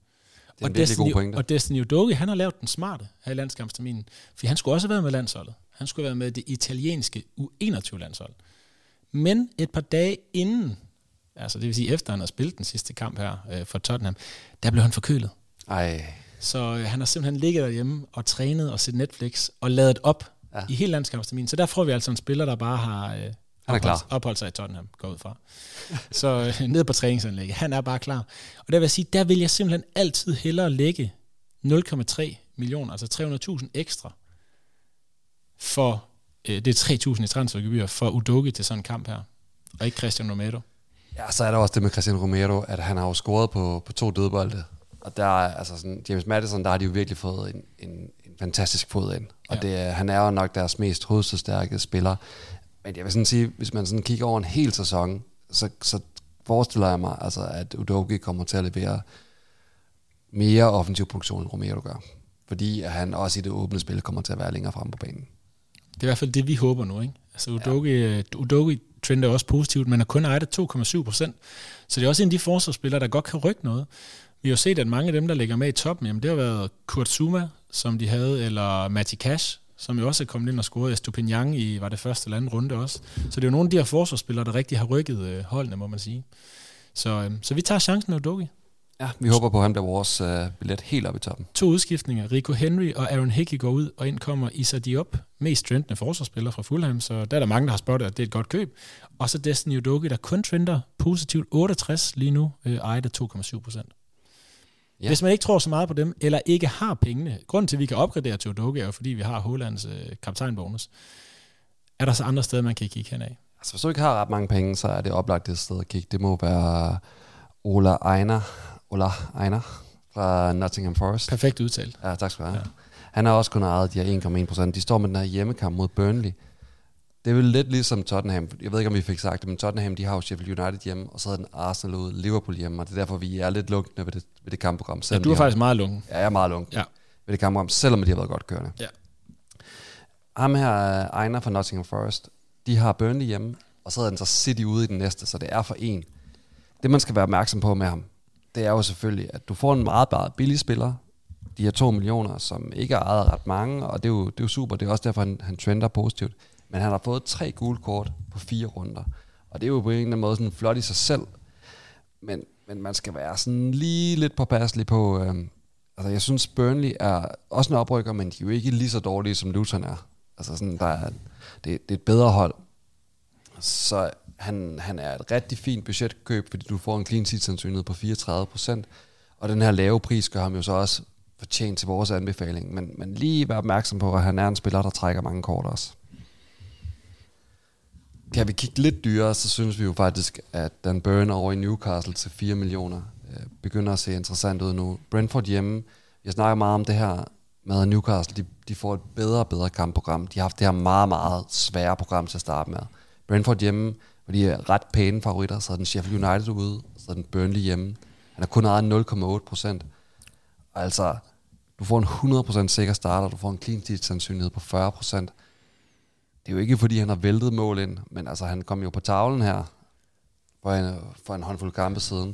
Og Destiny Udogie, han har lavet den smarte her i landskampsterminen, for han skulle også have været med landsholdet. Han skulle have været med det italienske U21-landshold. Men et par dage inden, altså det vil sige efter han har spillet den sidste kamp her for Tottenham, der blev han forkølet. Ej. Så han har simpelthen ligget derhjemme og trænet og set Netflix og ladet op i hele landskampsterminen. Så der får vi altså en spiller, der bare har opholdt sig i Tottenham, går ud fra. Så ned på træningsanlægget. Han er bare klar. Og der vil jeg sige, der vil jeg simpelthen altid hellere lægge 0,3 millioner, altså 300.000 ekstra, for det er 3.000 i transfergebyr for Udogie til sådan en kamp her, og ikke Christian Romero. Ja, så er der også det med Christian Romero, at han har jo scoret på 2 dødbolde. Og der er altså sådan, James Maddison, der har de jo virkelig fået en fantastisk fod ind. Og han er jo nok deres mest hovedstærke spiller. Men jeg vil sådan sige, hvis man sådan kigger over en hel sæson, så forestiller jeg mig, altså, at Udogie kommer til at levere mere offensiv produktion, end Romero gør. Fordi at han også i det åbne spil kommer til at være længere frem på banen. Det er i hvert fald det, vi håber nu, ikke? Altså Udogie trender også positivt, men er kun ejet 2,7%. Så det er også en af de forsvarsspillere, der godt kan rykke noget. Vi har jo set, at mange af dem, der ligger med i toppen, jamen det har været Kurt Zouma, som de havde, eller Matti Cash, som jo også er kommet ind og scoret. Estupinian i var det første eller anden runde også. Så det er jo nogle af de her forsvarsspillere, der rigtig har rykket holdene, må man sige. Så vi tager chancen med Udogie. Ja, vi håber på, at han bliver vores billet helt op i toppen. 2 udskiftninger. Rico Henry og Aaron Hickey går ud, og ind kommer Issa Diop, mest trendende forsvarsspiller fra Fulham, så der er der mange, der har spottet, at det er et godt køb. Og så Destiny Udogie, der kun trender positivt 68 lige nu, ejet af 2,7%. Ja. Hvis man ikke tror så meget på dem, eller ikke har pengene, grunden til, at vi kan opgradere til Udogie, er jo fordi, vi har Haalands kaptajnbonus. Er der så andre steder, man kan kigge hen af? Altså, hvis du ikke har ret mange penge, så er det oplagt det sted at kigge. Det må være Ola Einar fra Nottingham Forest. Perfekt udtalt. Ja, tak skal du have. Ja. Han har også kun ejet de her 1,1%. De står med den her hjemmekamp mod Burnley. Det er vel lidt ligesom Tottenham. Jeg ved ikke, om vi fik sagt det, men Tottenham, de har jo Sheffield United hjemme, og så havde den Arsenal ude, Liverpool hjemme, og det er derfor, vi er lidt lunkne ved det kampprogram. Ja, du er faktisk meget lunken. Ja, jeg er meget lunken ved det kampprogram, selvom de har været godt kørende. Ja. Ham her, Einar fra Nottingham Forest, de har Burnley hjemme, og så havde den så City ude i den næste, så det er for en. Det, man skal være opmærksom på med ham, det er jo selvfølgelig, at du får en meget billig spiller, de her 2 millioner, som ikke har ejet ret mange, og det er jo super, det er også derfor, han trender positivt. Men han har fået 3 gule kort på 4 runder. Og det er jo på en eller anden måde sådan flot i sig selv. Men man skal være sådan lige lidt påpasselig på... altså jeg synes, Burnley er også en oprykker, men de er jo ikke lige så dårlige, som Luton er. Altså sådan, det er et bedre hold. Så han er et rigtig fint budgetkøb, fordi du får en clean sheet sandsynlighed på 34%. Og den her lave pris gør ham jo så også fortjent til vores anbefaling. Men lige være opmærksom på, at han er en spiller, der trækker mange kort også. Kan vi kigge lidt dyrere, så synes vi jo faktisk, at Dan Burn over i Newcastle til 4 millioner begynder at se interessant ud nu. Brentford hjemme, jeg snakker meget om det her med Newcastle, de får et bedre kampprogram. De har haft det her meget, meget svære program til at starte med. Brentford hjemme, hvor de er ret pæne favoritter, så er den Sheffield United ude, så er den Burnley hjemme. Han har kun ejet 0,8%. Altså, du får en 100% sikker starter, du får en clean sheet sandsynlighed på 40%. Det er jo ikke fordi, han har væltet mål ind, men altså, han kom jo på tavlen her for en håndfuld kampe siden.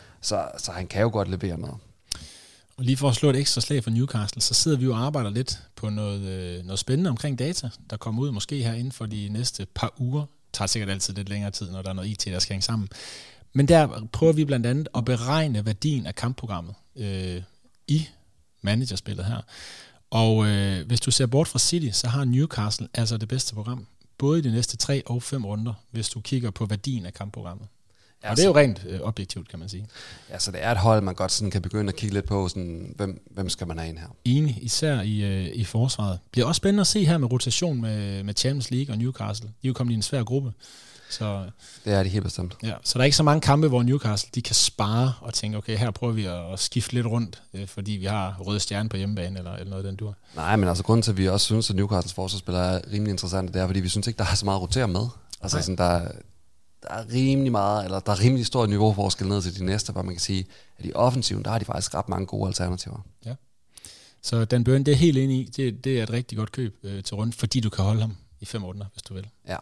Så han kan jo godt levere noget. Og lige for at slå et ekstra slag for Newcastle, så sidder vi jo og arbejder lidt på noget spændende omkring data, der kommer ud måske her inden for de næste par uger. Det tager sikkert altid lidt længere tid, når der er noget IT, der skal hænge sammen. Men der prøver vi blandt andet at beregne værdien af kampprogrammet i managerspillet her. Og hvis du ser bort fra City, så har Newcastle altså det bedste program, både i de næste 3 og 5 runder, hvis du kigger på værdien af kampprogrammet. Ja, og det er jo rent objektivt, kan man sige. Ja, så det er et hold, man godt sådan kan begynde at kigge lidt på, sådan, hvem skal man have ind her? Enig, især i forsvaret. Det bliver også spændende at se her med rotation med Champions League og Newcastle. De er jo kommet i en svær gruppe. Så, det er de helt bestemt. Ja, så der er ikke så mange kampe, hvor Newcastle de kan spare og tænke, okay, her prøver vi at skifte lidt rundt, fordi vi har røde stjerne på hjemmebane eller noget den dur. Nej, men altså grunden til, at vi også synes, at Newcastles forsvarsspillere er rimelig interessante, det er, fordi vi synes ikke, der er så meget at rotere med. Altså sådan, der er rimelig meget, eller der er rimelig stor niveauforskel ned til de næste, hvor man kan sige, at i offensiven, der har de faktisk ret mange gode alternativer. Ja. Så Dan Burn, det er helt enig i, det er et rigtig godt køb til rundt, fordi du kan holde ham i 5 runder, hvis du vil. Ja.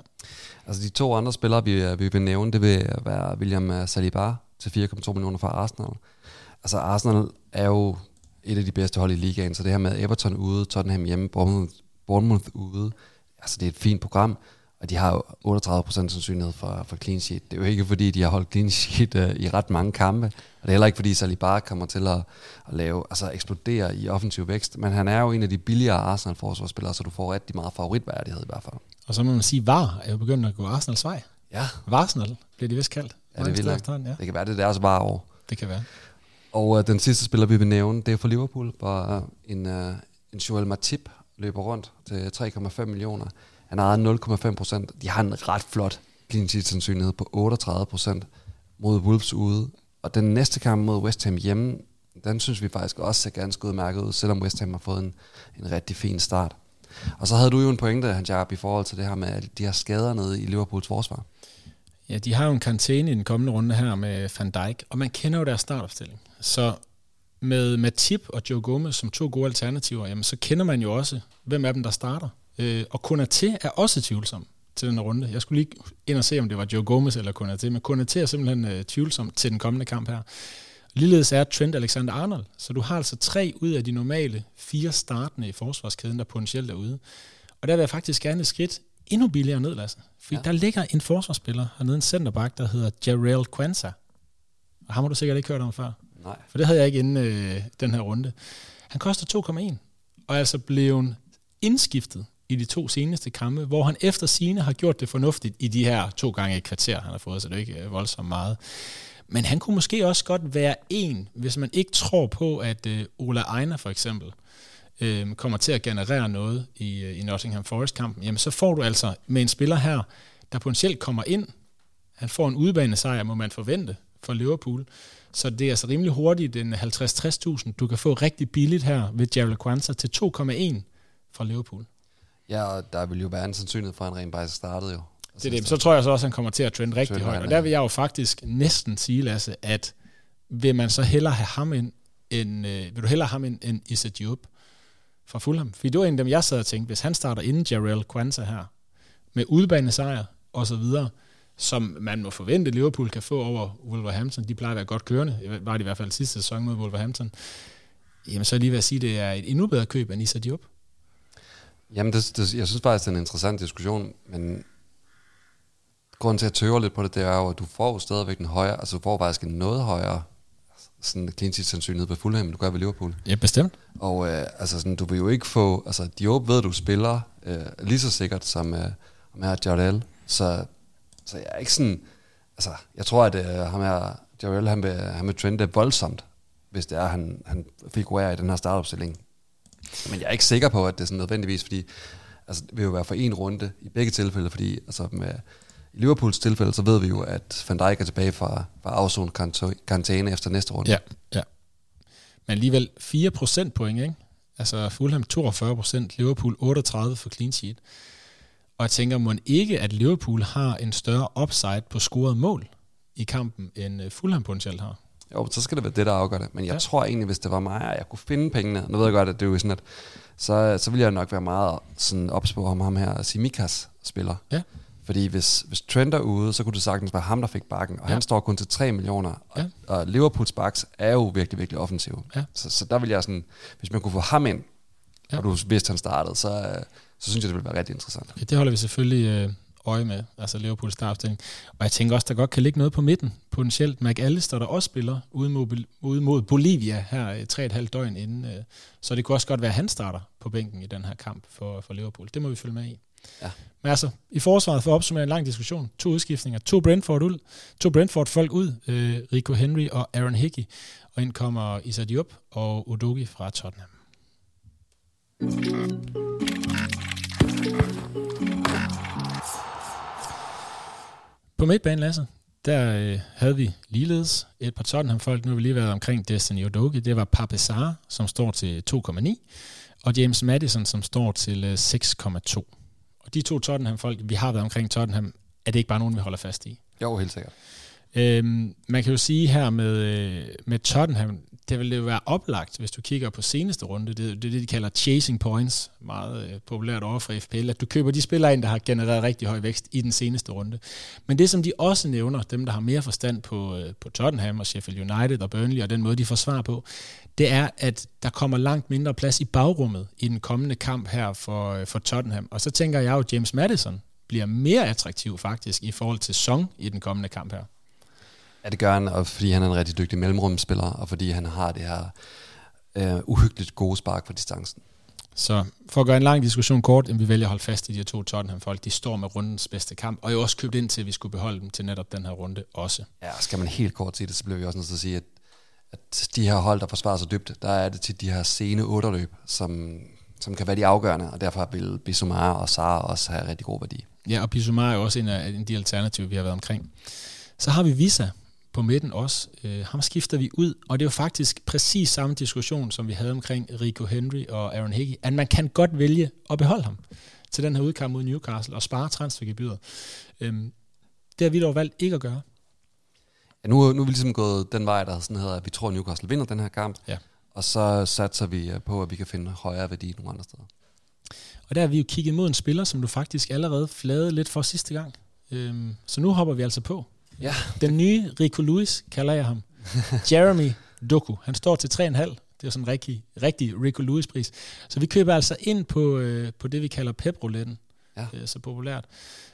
Altså de 2 andre spillere, vi vil nævne, det vil være William Saliba til 4,2 millioner fra Arsenal. Altså Arsenal er jo et af de bedste hold i ligaen, så det her med Everton ude, Tottenham hjemme, Bournemouth ude, altså det er et fint program, og de har jo 38% sandsynlighed for clean sheet. Det er jo ikke fordi, de har holdt clean sheet i ret mange kampe, og det er heller ikke fordi Saliba kommer til at lave, altså eksplodere i offensiv vækst, men han er jo en af de billigere Arsenal-forsvarsspillere, så du får rigtig meget favoritværdighed i hvert fald. Og så må man sige, VAR er jo begyndt at gå Arsenals vej. Ja. Varsenal bliver de vist kaldt. Ja, det vil jeg. Ja. Det kan være, det er deres VAR-år. Det kan være. Og den sidste spiller, vi vil nævne, det er for Liverpool, hvor en Joel Matip løber rundt til 3,5 millioner. Han har 0,5%. De har en ret flot clean sheet sandsynlighed på 38% mod Wolves ude. Og den næste kamp mod West Ham hjemme, den synes vi faktisk også ser ganske udmærket ud, selvom West Ham har fået en rigtig fin start. Og så havde du jo en pointe, Hans-Jakob, i forhold til det her med de her skader nede i Liverpools forsvar. Ja, de har jo en karantæne i den kommende runde her med Van Dijk, og man kender jo deres startopstilling. Så med Matip og Joe Gomez som 2 gode alternativer, jamen så kender man jo også, hvem af dem, der starter. Og Konaté er også tvivlsom til den runde. Jeg skulle lige ind og se, om det var Joe Gomez eller Konaté, men Konaté er simpelthen tvivlsom til den kommende kamp her. Ligeledes er Trent Alexander-Arnold, så du har altså 3 ud af de normale 4 startende i forsvarskæden, der potentielt er ude. Og der vil jeg faktisk gerne et skridt endnu billigere ned, Lasse. Fordi der ligger en forsvarsspiller hernede, en centerback, der hedder Jarell Quansah. Og ham har du sikkert ikke hørt om før. Nej. For det havde jeg ikke inden den her runde. Han koster 2,1, og er altså blevet indskiftet i de 2 seneste kampe, hvor han efter sigende har gjort det fornuftigt i de her 2 gange i kvarter, han har fået, så det er ikke voldsomt meget. Men han kunne måske også godt være en, hvis man ikke tror på, at Ola Aina for eksempel kommer til at generere noget i Nottingham Forest-kampen, jamen så får du altså med en spiller her, der potentielt kommer ind. Han får en udebanesejr, må man forvente, for Liverpool. Så det er altså rimelig hurtigt, en 50-60.000, du kan få rigtig billigt her ved Jarell Quansah til 2,1 fra Liverpool. Ja, og der vil jo være en sandsynlighed for, at han rent faktisk startede jo. Det er det. Så tror jeg så også, at han kommer til at trende rigtig højt. Og der vil jeg jo faktisk næsten sige, Lasse, at vil man så hellere have ham vil du hellere have ham end Issa Diop fra Fulham? For det var en af dem, jeg sad og tænkte, hvis han starter inden Jarell Quansah her, med udebanesejr og så videre, som man må forvente, Liverpool kan få over Wolverhampton. De plejer at være godt kørende. Var det i hvert fald sidste sæson mod Wolverhampton. Jamen så lige ved at sige, at det er et endnu bedre køb end Issa Diop. Jamen, jeg synes faktisk, det er en interessant diskussion, men grunden til at tøve lidt på det, det er jo, at du får stadigvæk en højere, altså du får faktisk en noget højere sådan clean sheet sandsynlighed på Fulham, du gør ved Liverpool. Ja, bestemt. Og altså sådan, du vil jo ikke få, altså Diop ved, du spiller lige så sikkert som her Jardel, så jeg er ikke sådan, altså jeg tror, at ham her Jardel, han vil trende voldsomt, hvis det er, han figurerer i den her startopstilling. Men jeg er ikke sikker på, at det er sådan nødvendigvis, fordi altså, det vil jo være for en runde i begge tilfælde, fordi altså i Liverpools tilfælde, så ved vi jo, at Van Dijk er tilbage fra afzone karantæne efter næste runde. Ja. Men alligevel 4 procentpoint, ikke? Altså Fulham 42%, Liverpool 38% for clean sheet. Og jeg tænker, må ikke, at Liverpool har en større upside på scoret mål i kampen, end Fulham potentielt har? Jo, så skal det være det, der afgør det. Men jeg tror egentlig, hvis det var mig, og jeg kunne finde pengene, nu ved jeg godt, at det er jo sådan, at så ville jeg nok være meget sådan ops på ham her, Tsimikas spiller. Ja. Fordi hvis Trent er ude, så kunne det sagtens være ham, der fik bakken, og han står kun til 3 millioner, og Liverpools backs er jo virkelig, virkelig offensive. Ja. Så der vil jeg sådan, hvis man kunne få ham ind, og du vidste, han startede, så synes jeg, det ville være rigtig interessant. Okay, det holder vi selvfølgelig øje med, altså Liverpools startopstilling. Og jeg tænker også, der godt kan ligge noget på midten, potentielt. McAllister, der også spiller ude mod Bolivia her 3,5 døgn inden. Så det kunne også godt være, at han starter på bænken i den her kamp for Liverpool. Det må vi følge med i. Ja. Men altså, i forsvaret for at opsummere en lang diskussion, 2 udskiftninger, 2 Brentford-folk ud, Rico Henry og Aaron Hickey, og ind kommer Issa Diop og Udogie fra Tottenham. På midtbanen, Lasse, der havde vi ligeledes et par Tottenham-folk. Nu har vi lige været omkring Destiny Udogie. Det var Pape Sarr, som står til 2,9, og James Maddison, som står til 6,2. Og de 2 Tottenham-folk, vi har været omkring Tottenham, er det ikke bare nogen, vi holder fast i? Jo, helt sikkert. Man kan jo sige her med Tottenham, det vil jo være oplagt, hvis du kigger på seneste runde, det er det, de kalder chasing points, meget populært over fra FPL, at du køber de spillere ind, der har genereret rigtig høj vækst i den seneste runde. Men det, som de også nævner, dem, der har mere forstand på Tottenham og Sheffield United og Burnley, og den måde, de får svar på, det er, at der kommer langt mindre plads i bagrummet i den kommende kamp her for Tottenham. Og så tænker jeg jo, at James Maddison bliver mere attraktiv faktisk i forhold til Son i den kommende kamp her. Ja, det gør han, og fordi han er en rigtig dygtig mellemrumspiller, og fordi han har det her uhyggeligt gode spark for distancen. Så for at gøre en lang diskussion kort, vi vælger at holde fast i de 2 Tottenham-folk. De står med rundens bedste kamp, og jeg har også købt ind til, at vi skulle beholde dem til netop den her runde også. Ja, skal man helt kort sige det, så bliver vi også nødt til at sige, at de her hold, der forsvarer så dybt, der er det til de her sene 8-løb, som kan være de afgørende, og derfor vil Bissouma og Sarr også have rigtig god værdi. Ja, og Bissouma er også en af de alternativer, vi har været omkring. Så har vi Visa på midten også. Ham skifter vi ud, og det er jo faktisk præcis samme diskussion, som vi havde omkring Rico Henry og Aaron Hickey, at man kan godt vælge at beholde ham til den her udkamp mod Newcastle og spare transfergebyret. Det har vi dog valgt ikke at gøre. Ja, nu er vi ligesom gået den vej, der sådan hedder, at vi tror, at Newcastle vinder den her kamp, og så satser vi på, at vi kan finde højere værdi nogle andre steder. Og der har vi jo kigget mod en spiller, som du faktisk allerede flagede lidt for sidste gang. Så nu hopper vi altså på. Ja. Den nye Rico Lewis, kalder jeg ham. Jeremy Doku. Han står til 3,5. Det er sådan en rigtig Rico Lewis-pris. Så vi køber altså ind på det, vi kalder pep-rouletten. Ja. Det er så populært.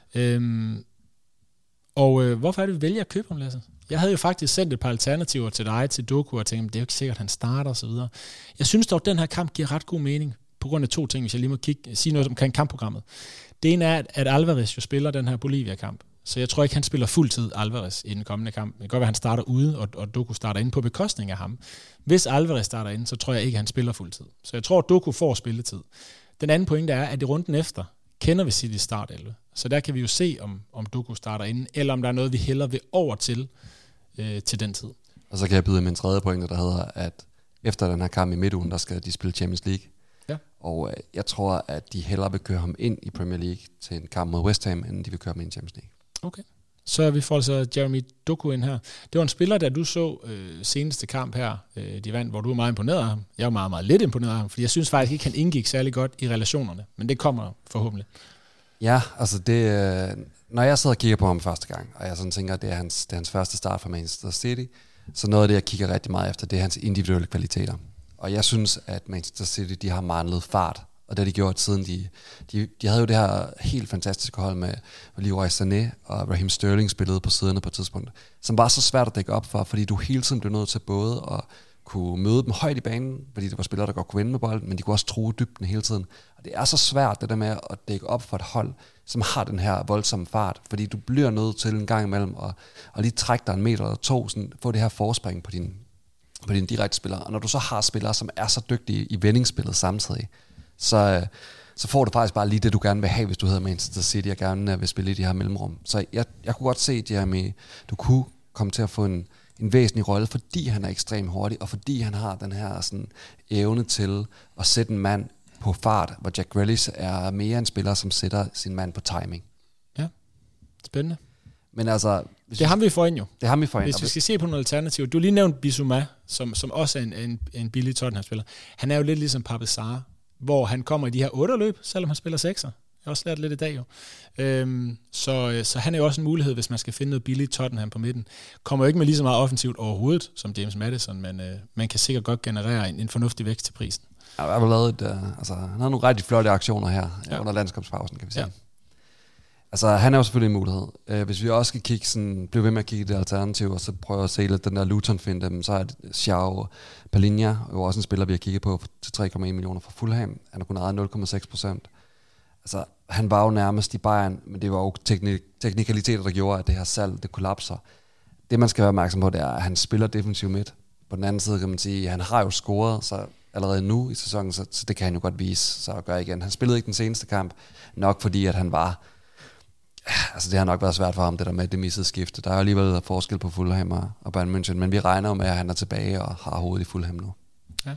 Hvorfor er det, vi vælger at købe ham, Lasse? Jeg havde jo faktisk sendt et par alternativer til dig, til Doku, og tænkte, det er jo ikke sikkert, at han starter og så videre. Jeg synes dog, at den her kamp giver ret god mening, på grund af 2 ting, hvis jeg lige må sige noget omkring kampprogrammet. Det ene er, at Alvarez jo spiller den her Bolivia-kamp. Så jeg tror ikke, han spiller fuldtid Alvarez i den kommende kamp. Det kan godt være, at han starter ude, og Doku starter inde på bekostning af ham. Hvis Alvarez starter inde, så tror jeg ikke, at han spiller fuldtid. Så jeg tror, at Doku får spilletid. Den anden pointe er, at i runden efter kender vi City start 11. Så der kan vi jo se, om Doku starter inde, eller om der er noget, vi hellere vil over til den tid. Og så kan jeg byde med en tredje pointe, der hedder, at efter den her kamp i midtugen, der skal de spille Champions League. Ja. Og jeg tror, at de hellere vil køre ham ind i Premier League til en kamp mod West Ham, end de vil køre ham ind i Champions League. Okay. Så er vi får altså Jeremy Doku ind her. Det var en spiller, der du så seneste kamp her, de vandt, hvor du var meget imponeret af ham. Jeg var meget, meget lidt imponeret af ham, fordi jeg synes faktisk ikke, han indgik særlig godt i relationerne. Men det kommer forhåbentlig. Ja, altså det... Når jeg sidder og kigger på ham første gang, og jeg sådan tænker, at det er hans første start for Manchester City, så noget af det, jeg kigger rigtig meget efter, det er hans individuelle kvaliteter. Og jeg synes, at Manchester City, de har manglet fart og det har de gjort siden de havde jo det her helt fantastiske hold med Leroy Sané og Raheem Sterling spillede på siderne på et tidspunkt, som var så svært at dække op for, fordi du hele tiden blev nødt til både at kunne møde dem højt i banen, fordi det var spillere, der godt kunne vinde med bolden, men de kunne også true dybden hele tiden. Og det er så svært, det der med at dække op for et hold, som har den her voldsomme fart, fordi du bliver nødt til en gang imellem at lige trække dig en meter eller to, sådan, få det her forspring på dine direkte spillere. Og når du så har spillere, som er så dygtige i vendingsspillet samtidig, så får du faktisk bare lige det, du gerne vil have, hvis du hedder Manchester City og gerne vil spille i de her mellemrum. Så jeg kunne godt se, Jeremy, du kunne komme til at få en væsentlig rolle, fordi han er ekstremt hurtig, og fordi han har den her sådan, evne til at sætte en mand på fart, hvor Jack Grealish er mere en spiller, som sætter sin mand på timing. Ja, spændende. Men altså... Det har vi for ind jo. Det har vi for ind. Hvis vi skal se på nogle alternativer. Du har lige nævnt Bissouma, som også er en billig Tottenham-spiller. Han er jo lidt ligesom Pape Sarr, hvor han kommer i de her 8 løb, selvom han spiller 6'er. Jeg har også lært lidt i dag jo. Så han er jo også en mulighed, hvis man skal finde noget billigt Tottenham på midten. Kommer jo ikke med lige så meget offensivt overhovedet, som James Maddison, men man kan sikkert godt generere en fornuftig vækst til prisen. Ja, jeg har lavet han har nogle rigtig flotte aktioner her under landskampspausen, kan vi sige. Ja. Altså, han er jo selvfølgelig en mulighed. Hvis vi også skal blive ved med at kigge i det alternativ, og så prøve at se lidt den der Luton-finte, så er João Palhinha jo også en spiller, vi har kigget på til 3,1 millioner fra Fulham. Han har kun ejet 0,6%. Altså, han var jo nærmest i Bayern, men det var jo teknikaliteter, der gjorde, at det her salg, det kollapser. Det, man skal være opmærksom på, det er, at han spiller defensiv midt. På den anden side kan man sige, at han har jo scoret så allerede nu i sæsonen, så det kan han jo godt vise sig at gøre igen. Han spillede ikke den seneste kamp, nok fordi, at han var... Altså, det har nok været svært for ham, det der med det missede skifte. Der er jo alligevel forskel på Fulham og Bayern München, men vi regner jo med, at han er tilbage og har hovedet i Fulham nu. Ja.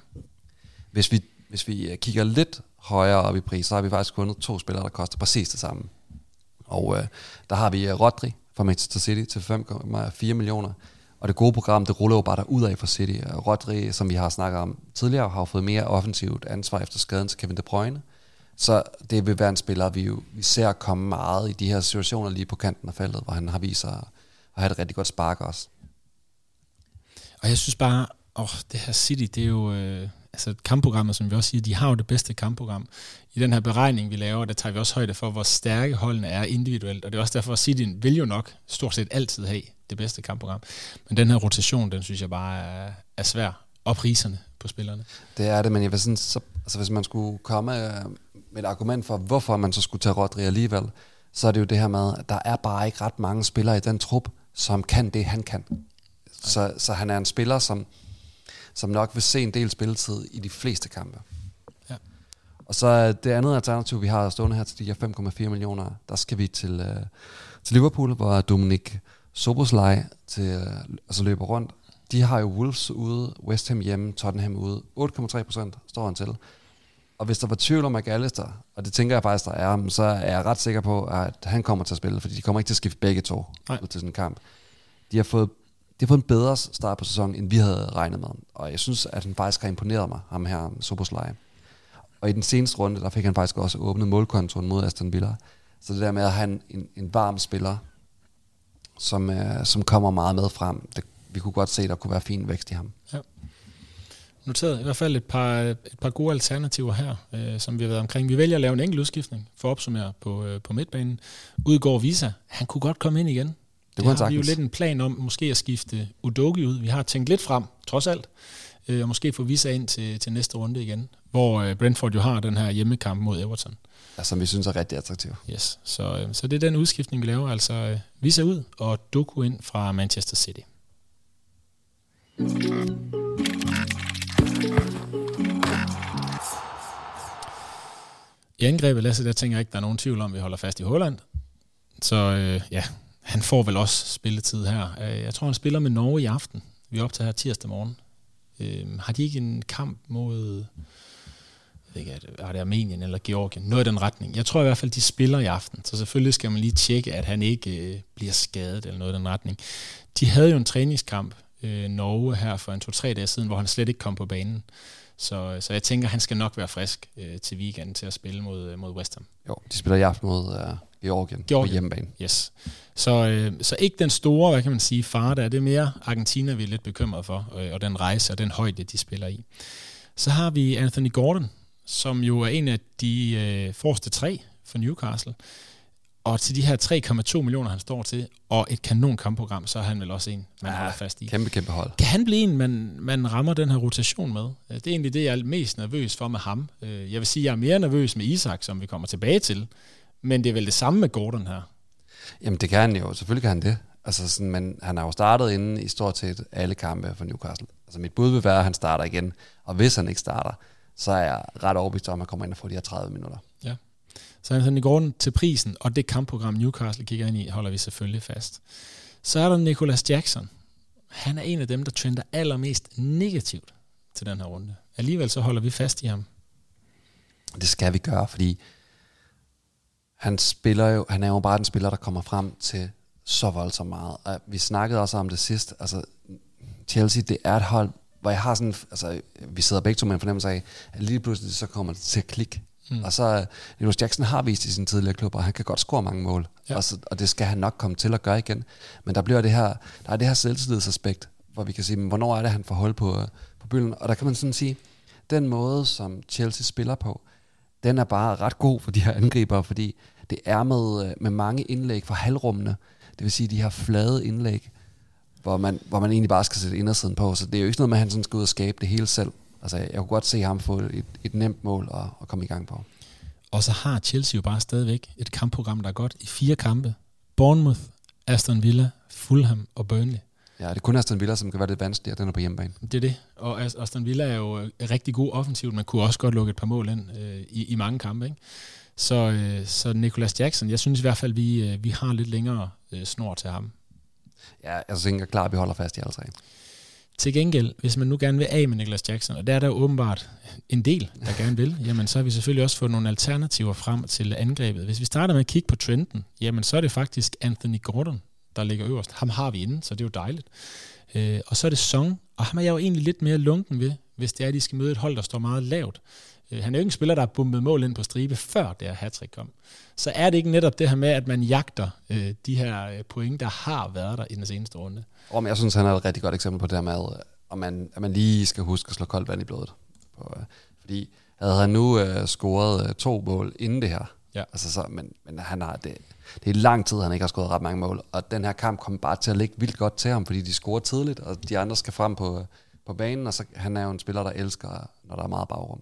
Hvis vi kigger lidt højere op i pris, så har vi faktisk fundet 2 spillere, der koster præcis det samme. Og der har vi Rodri fra Manchester City til 5,4 millioner. Og det gode program, det ruller jo bare derudad for City. Rodri, som vi har snakket om tidligere, har fået mere offensivt ansvar efter skaden til Kevin De Bruyne. Så det vil være en spiller, vi ser komme meget i de her situationer lige på kanten af feltet, hvor han har vist sig at have et rigtig godt spark også. Og jeg synes bare, det her City, det er jo... kampprogrammet, som vi også siger, de har jo det bedste kampprogram. I den her beregning, vi laver, der tager vi også højde for, hvor stærke holdene er individuelt, og det er også derfor, at City vil jo nok stort set altid have det bedste kampprogram. Men den her rotation, den synes jeg bare er svær. Og priserne på spillerne. Det er det, men jeg vil sådan, hvis man skulle komme med et argument for, hvorfor man så skulle tage Rodri alligevel, så er det jo det her med, at der er bare ikke ret mange spillere i den trup, som kan det, han kan. Så han er en spiller, som nok vil se en del spilletid i de fleste kampe. Ja. Og så det andet alternativ, vi har stående her til de her 5,4 millioner, der skal vi til Liverpool, hvor Dominik Szoboszlai løber rundt. De har jo Wolves ude, West Ham hjemme, Tottenham ude. 8,3% står han til. Og hvis der var tvivl om McAllister, og det tænker jeg faktisk, der er, så er jeg ret sikker på, at han kommer til at spille, fordi de kommer ikke til at skifte begge to ud til sådan en kamp. De har fået en bedre start på sæsonen, end vi havde regnet med. Og jeg synes, at han faktisk har imponeret mig, ham her, Szoboszlai. Og i den seneste runde, der fik han faktisk også åbnet målkontoen mod Aston Villa. Så det der med at have en varm spiller, som kommer meget med frem, vi kunne godt se, at der kunne være fin vækst i ham. Ja. Noteret i hvert fald et par gode alternativer her, som vi har været omkring. Vi vælger at lave en enkelt udskiftning for at opsummere på midtbanen. Udgår Visa. Han kunne godt komme ind igen. Det har vi jo lidt en plan om, måske at skifte Udogi ud. Vi har tænkt lidt frem, trods alt, og måske få Visa ind til næste runde igen, hvor Brentford jo har den her hjemmekamp mod Everton. Ja, som vi synes er rigtig attraktiv. Yes, så det er den udskiftning, vi laver. Altså Visa ud og Doku ind fra Manchester City. I angrebet, Lasse, der tænker jeg ikke, der er nogen tvivl om, vi holder fast i Haaland. Så han får vel også spilletid her. Jeg tror, han spiller med Norge i aften. Vi er optaget her tirsdag morgen. Har de ikke en kamp mod er det Armenien eller Georgien? Noget i den retning. Jeg tror i hvert fald, de spiller i aften. Så selvfølgelig skal man lige tjekke, at han ikke bliver skadet eller noget i den retning. De havde jo en træningskamp, Norge her for 2-3 dage siden, hvor han slet ikke kom på banen. Så jeg tænker, han skal nok være frisk til weekenden til at spille mod West Ham. Jo, de spiller i aften mod Georgien på hjemmebane. Yes. Så ikke den store, hvad kan man sige, fare der. Det er mere Argentina, vi er lidt bekymret for, og den rejse og den højde, de spiller i. Så har vi Anthony Gordon, som jo er en af de forreste 3 for Newcastle. Og til de her 3,2 millioner, han står til, og et kanon kampprogram, så er han vel også en, man holder fast i. Kæmpe hold. Kan han blive en, man rammer den her rotation med? Det er egentlig det, jeg er mest nervøs for med ham. Jeg vil sige, jeg er mere nervøs med Isak, som vi kommer tilbage til. Men det er vel det samme med Gordon her. Jamen det kan han jo, selvfølgelig kan han det. Altså sådan, men han har jo startet inden i stort set alle kampe for Newcastle. Altså mit bud vil være, at han starter igen. Og hvis han ikke starter, så er jeg ret overbevist om, at han kommer ind og får de her 30 minutter. Ja. Så Anthony Gordon til prisen, og det kampprogram Newcastle kigger ind i, holder vi selvfølgelig fast. Så er der Nicholas Jackson. Han er en af dem, der trender allermest negativt til den her runde. Alligevel så holder vi fast i ham. Det skal vi gøre, fordi han er jo bare den spiller, der kommer frem til så voldsomt meget. Og vi snakkede også om det sidst. Altså, Chelsea, det er et hold, hvor jeg har sådan, altså, vi sidder begge to med en fornemmelse af, at lige pludselig så kommer det til at klikke. Og så, Nicholas Jackson har vist i sin tidligere klub, og han kan godt score mange mål. Ja. Og det skal han nok komme til at gøre igen. Men der er det her selvtillidsaspekt, hvor vi kan sige, hvornår er det, han får hold på bølgen. Og der kan man sådan sige, den måde, som Chelsea spiller på, den er bare ret god for de her angribere, fordi det er med mange indlæg fra halvrummene. Det vil sige de her flade indlæg, hvor man egentlig bare skal sætte indersiden på. Så det er jo ikke noget med, at han sådan skal ud og skabe det hele selv. Altså, jeg kunne godt se ham få et nemt mål og komme i gang på. Og så har Chelsea jo bare stadigvæk et kampprogram, der er godt i 4 kampe. Bournemouth, Aston Villa, Fulham og Burnley. Ja, det er kun Aston Villa, som kan være det vanskelige, at den er på hjemmebane. Det er det, og Aston Villa er jo rigtig god offensivt. Man kunne også godt lukke et par mål ind i mange kampe, ikke? Så Nicholas Jackson, jeg synes i hvert fald, vi har lidt længere snor til ham. Ja, jeg tænker klart, at vi holder fast i alle 3. Til gengæld, hvis man nu gerne vil af med Nicholas Jackson, og der er der jo åbenbart en del, der gerne vil, jamen så har vi selvfølgelig også fået nogle alternativer frem til angrebet. Hvis vi starter med at kigge på trenden, jamen så er det faktisk Anthony Gordon, der ligger øverst. Ham har vi inde, så det er jo dejligt. Og så er det Son, og ham er jeg jo egentlig lidt mere lunken ved, hvis det er, at de skal møde et hold, der står meget lavt. Han er jo ikke en spiller, der har bumpet mål ind på stribe, før det her hat-trick kom. Så er det ikke netop det her med, at man jagter de her point, der har været der i den seneste runde. Men jeg synes, han er et rigtig godt eksempel på det her med, at man lige skal huske at slå koldt vand i blodet. Fordi havde han nu scoret 2 mål inden det her, ja. Altså men han har det er lang tid, han ikke har scoret ret mange mål, og den her kamp kommer bare til at ligge vildt godt til ham, fordi de scorer tidligt, og de andre skal frem på banen, og så han er jo en spiller, der elsker, når der er meget bagrum.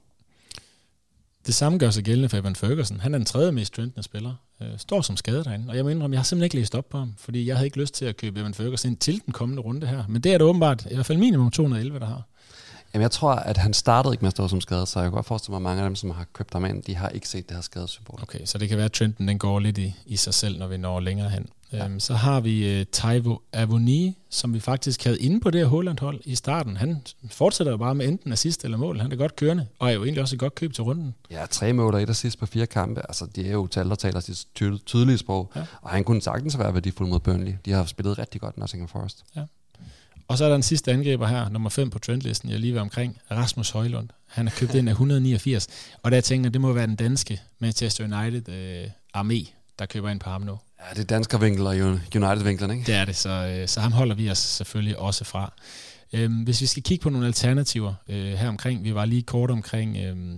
Det samme gør sig gældende for Evan Ferguson. Han er den 3. mest trendende spiller. Står som skadet derinde. Og jeg må indrømme, jeg har simpelthen ikke læst op på ham, fordi jeg havde ikke lyst til at købe Evan Ferguson til den kommende runde her. Men det er det åbenbart, i hvert fald minimum 211, der har. Jamen jeg tror, at han startede ikke med at stå som skadet, så jeg kan godt forestille mig, at mange af dem, som har købt ham ind, de har ikke set det her skadesymbol. Okay, så det kan være, at trenden den går lidt i sig selv, når vi når længere hen. Ja. Så har vi Taiwo Awoniyi, som vi faktisk havde inde på det her Haaland-hold i starten. Han fortsætter jo bare med enten assist eller mål. Han er godt kørende, og er jo egentlig også et godt køb til runden. Ja, 3 mål og 1 assist på 4 kampe. Altså, de er jo tal, der taler sit tydelige sprog. Ja. Og han kunne sagtens være værdifuld mod Burnley. De har spillet rigtig godt, Nottingham Forest. Ja. Og så er der en sidste angriber her, nummer 5 på trendlisten, jeg lige var omkring, Rasmus Højlund. Han er købt ind af 189, og der tænker jeg, det må være den danske Manchester United armé, der køber ind på ham nu. Ja, det er danskervinkel og United-vinklen, ikke? Det er det, så ham holder vi os selvfølgelig også fra. Hvis vi skal kigge på nogle alternativer her omkring, vi var lige kort omkring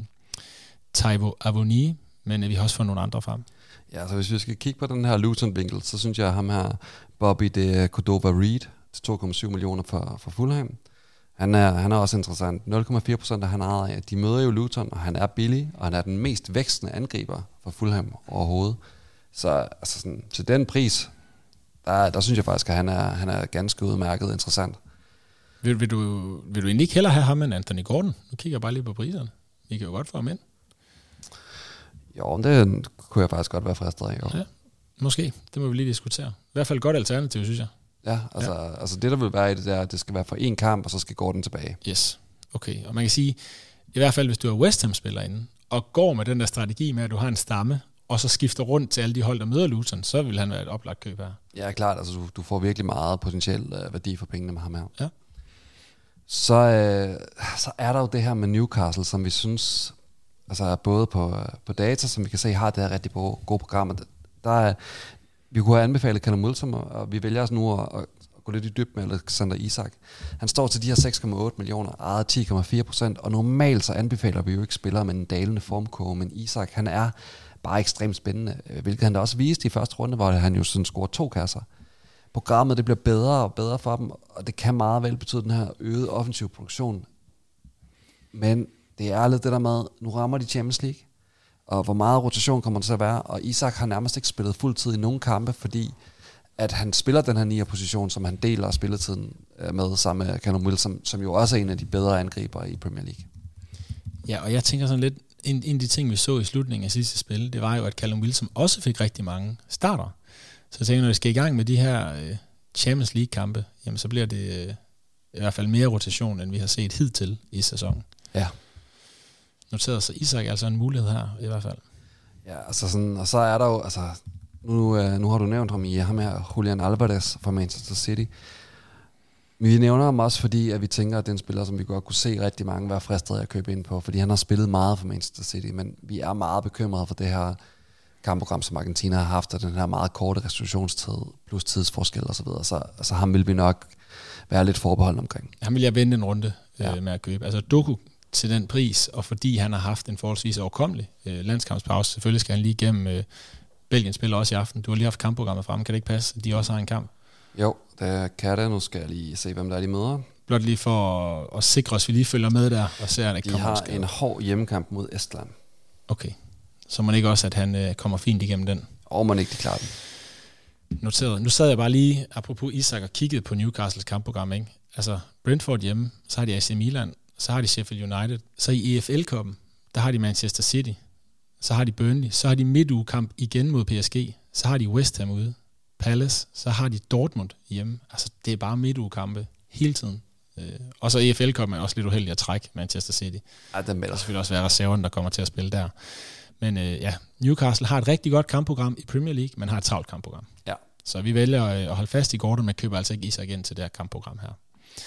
Taiwo Awoniyi, men vi har også fået nogle andre frem. Ja, så hvis vi skal kigge på den her Luton-vinkel, så synes jeg, at ham her, Bobby de Cordova-Reid, til 2,7 millioner for Fulham. Han er også interessant. 0,4% af han ejer af. De møder jo Luton, og han er billig, og han er den mest vækstende angriber for Fulham overhovedet. Så altså sådan, til den pris, der synes jeg faktisk, at han er ganske udmærket interessant. Vil du egentlig ikke hellere have ham end Anthony Gordon? Nu kigger jeg bare lige på priserne. Vi kan jo godt få ham ind. Jo, det kunne jeg faktisk godt være fristet af. Ja, måske. Det må vi lige diskutere. I hvert fald et godt alternativ, synes jeg. Ja, altså det der vil være i det der, at det skal være for én kamp, og så skal Gordon tilbage. Yes, okay. Og man kan sige, i hvert fald hvis du er West Ham-spiller inde, og går med den der strategi med, at du har en stamme, og så skifter rundt til alle de hold, der møder Luton, så vil han være et oplagt køb her. Ja, klart. Altså du får virkelig meget potentiel værdi for pengene med ham her. Ja. Så er der jo det her med Newcastle, som vi synes, altså både på data, som vi kan se, har det her rigtig gode programmer. Vi kunne have anbefalet Callum Wilson, og vi vælger os nu at gå lidt i dyb med Alexander Isak. Han står til de her 6,8 millioner, ejet 10,4%, og normalt så anbefaler vi jo ikke spillere med en dalende formkurve, men Isak, han er bare ekstremt spændende, hvilket han da også viste i første runde, hvor han jo sådan scorede 2 kasser. Programmet, det bliver bedre og bedre for dem, og det kan meget vel betyde den her øgede offensiv produktion. Men det er lidt det der med, nu rammer de Champions League, og hvor meget rotation kommer der til at være, og Isak har nærmest ikke spillet fuldtid i nogen kampe, fordi at han spiller den her 9'er-position, som han deler spilletiden med sammen med Callum Wilson, som jo også er en af de bedre angriber i Premier League. Ja, og jeg tænker sådan lidt, en af de ting, vi så i slutningen af sidste spil, det var jo, at Callum Wilson også fik rigtig mange starter. Så jeg tænker, når vi skal i gang med de her Champions League-kampe, jamen så bliver det i hvert fald mere rotation, end vi har set hidtil i sæsonen. Ja. Noteret, så Isak er altså en mulighed her, i hvert fald. Ja, altså sådan, og så er der jo, altså, nu har du nævnt ham her, Julian Alvarez fra Manchester City. Vi nævner ham også, fordi at vi tænker, at det er en spiller, som vi godt kunne se rigtig mange være fristet af at købe ind på, fordi han har spillet meget for Manchester City, men vi er meget bekymrede for det her kampprogram, som Argentina har haft, og den her meget korte restitutionstid, plus tidsforskel og så videre. Så ham vil vi nok være lidt forbeholden omkring. Han vil jeg vente en runde med at købe. Altså Doku til den pris, og fordi han har haft en forholdsvis overkommelig landskampspause. Selvfølgelig skal han lige igennem Belgien spiller også i aften. Du har lige haft kampprogrammet frem. Kan det ikke passe, at de også har en kamp? Jo, det kan det. Nu skal jeg lige se, hvem der er de møder. Blot lige for at sikre os, vi lige følger med der, og ser, at det kommer. De har en hård hjemmekamp mod Estland. Okay. Så man ikke også, at han kommer fint igennem den? Og man ikke de klarer den. Noteret. Nu sad jeg bare lige, apropos Isak, og kiggede på Newcastles kampprogram, ikke? Altså, Brentford hjemme, så har de AC Milan, så har de Sheffield United, så i EFL-koppen, der har de Manchester City, så har de Burnley, så har de midtugekamp igen mod PSG, så har de West Ham ude, Palace, så har de Dortmund hjemme. Altså, det er bare midtugekampe hele tiden. Og så EFL-koppen er også lidt uheldig at trække Manchester City. Ja, den der selvfølgelig også være reserven, der kommer til at spille der. Men Newcastle har et rigtig godt kampprogram i Premier League, men har et travlt kampprogram. Ja. Så vi vælger at holde fast i Gordon, men køber altså ikke Isak igen til det her kampprogram her.